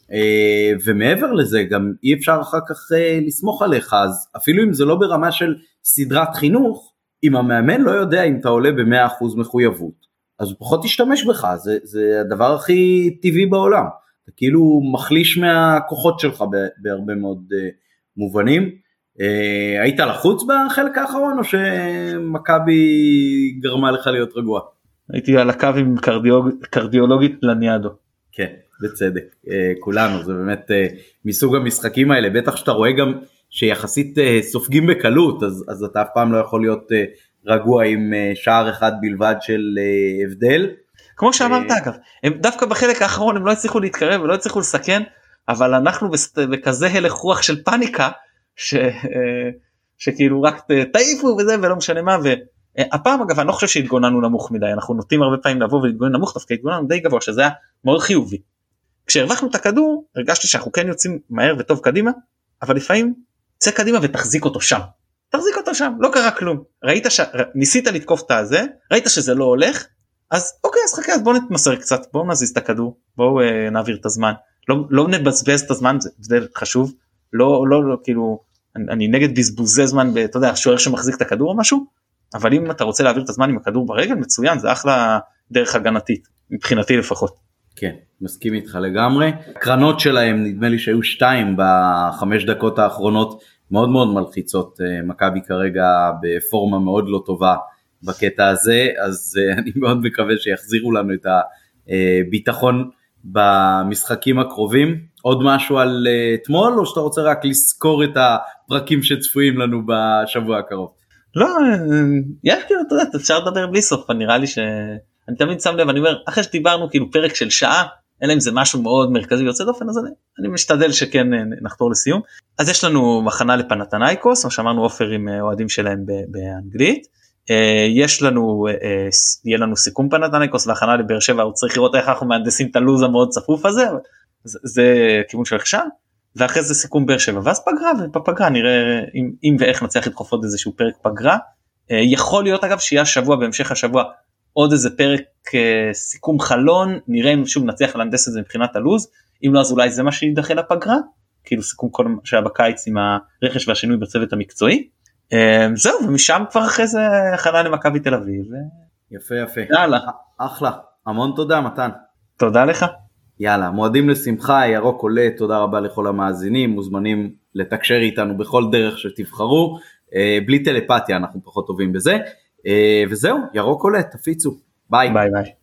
ומעבר לזה גם אי אפשר אחר כך לסמוך עליך, אז אפילו אם זה לא ברמה של סדרת חינוך, אם המאמן לא יודע אם אתה עולה ב-מאה אחוז מחויבות, אז הוא פחות ישתמש בך, זה, זה הדבר הכי טבעי בעולם, אתה כאילו מחליש מהכוחות שלך בהרבה מאוד מובנים, היית לחוץ בחלק האחרון, או שמכבי גרמה לך להיות רגוע? הייתי על הקו עם קרדיולוגית לניאדו. כן, בצדק, כולנו, זה באמת מסוג המשחקים האלה, בטח שאתה רואה גם שיחסית סופגים בקלות, אז, אז אתה אף פעם לא יכול להיות רגוע עם שער אחד בלבד של הבדל. כמו שאמרת אגב, הם דווקא בחלק האחרון הם לא הצליחו להתקרב ולא הצליחו לסכן, אבל אנחנו בכזה הלך רוח של פאניקה, ש, שכאילו רק תעיפו וזה ולא משנה מה, והפעם אגב אני לא חושב שהתגוננו נמוך מדי, אנחנו נוטים הרבה פעמים לבוא ולהתגונן נמוך, דווקא התגוננו די גבוה, שזה היה מאוד חיובי. כשהרווחנו את הכדור, הרגשתי שאנחנו כן יוצאים מהר וטוב קדימה, אבל לפעמים צא קדימה ותחזיק אותו שם, תחזיק אותו שם, לא קרה כלום, ראית ש... ניסית לתקוף את הזה, ראית שזה לא הולך, אז אוקיי, אז חכה, אז בואו נתמסר קצת, בואו נזיז את הכדור, בואו אה, נעביר את הזמן, לא, לא נבזבז את הזמן, זה, זה חשוב, לא, לא, לא, כאילו, אני, אני נגד בזבוזי זמן, אתה יודע, שוער שמחזיק את הכדור או משהו, אבל אם אתה רוצה להעביר את הזמן עם הכדור ברגל, מצוין, זה אחלה דרך הגנתית, מבחינתי לפחות. כן, מסכים איתך לגמרי. הקרנות שלהם, נדמה לי שהיו שתיים בחמש דקות האחרונות, מאוד מאוד מלחיצות, מכבי כרגע בפורמה מאוד לא טובה בקטע הזה, אז אני מאוד מקווה שיחזירו לנו את הביטחון במשחקים הקרובים. עוד משהו על אתמול, או שאתה רוצה רק לזכור את הפרקים שצפויים לנו בשבוע הקרוב? לא, יש כאילו, אתה יודע, אפשר לדבר בלי סוף, נראה לי ש... אני תמיד שם לב, אני אומר, אחרי שדיברנו כאילו פרק של שעה, אלא אם זה משהו מאוד מרכזי ויוצא דופן, אז אני, אני משתדל שכן נחתור לסיום. אז יש לנו מחנה לפנתנייקוס, מה שאמרנו אופר עם אוהדים שלהם באנגלית, יש לנו, יהיה לנו סיכום פנתנייקוס והכנה לבאר שבע, הוא צריך לראות איך אנחנו מהנדסים את הלוז המאוד צפוף הזה, זה, זה כיוון של עכשיו, ואחרי זה סיכום באר שבע, ואז פגרה, ובפגרה נראה אם, אם ואיך נצליח לדחוף עוד איזשהו פרק פגרה, יכול להיות אגב שיהיה השבוע, בהמשך השבוע, עוד איזה פרק סיכום חלון, נראה אם שוב נצליח להנדס את זה מבחינת הלוז, אם לא אז אולי זה מה שידחה לפגרה, כאילו סיכום כל מה שהיה בקיץ עם הרכש והשינוי בצוות המקצועי, זהו, ומשם כבר אחרי זה הכנה למכבי תל אביב. יפה יפה, יאללה. אחלה, המון תודה מתן. תודה לך. יאללה, מועדים לשמחה, ירוק עולה, תודה רבה לכל המאזינים, מוזמנים לתקשר איתנו בכל דרך שתבחרו, בלי טלפתיה אנחנו פחות טובים בזה, וזהו, ירוק עולה, תפיצו, ביי. ביי ביי.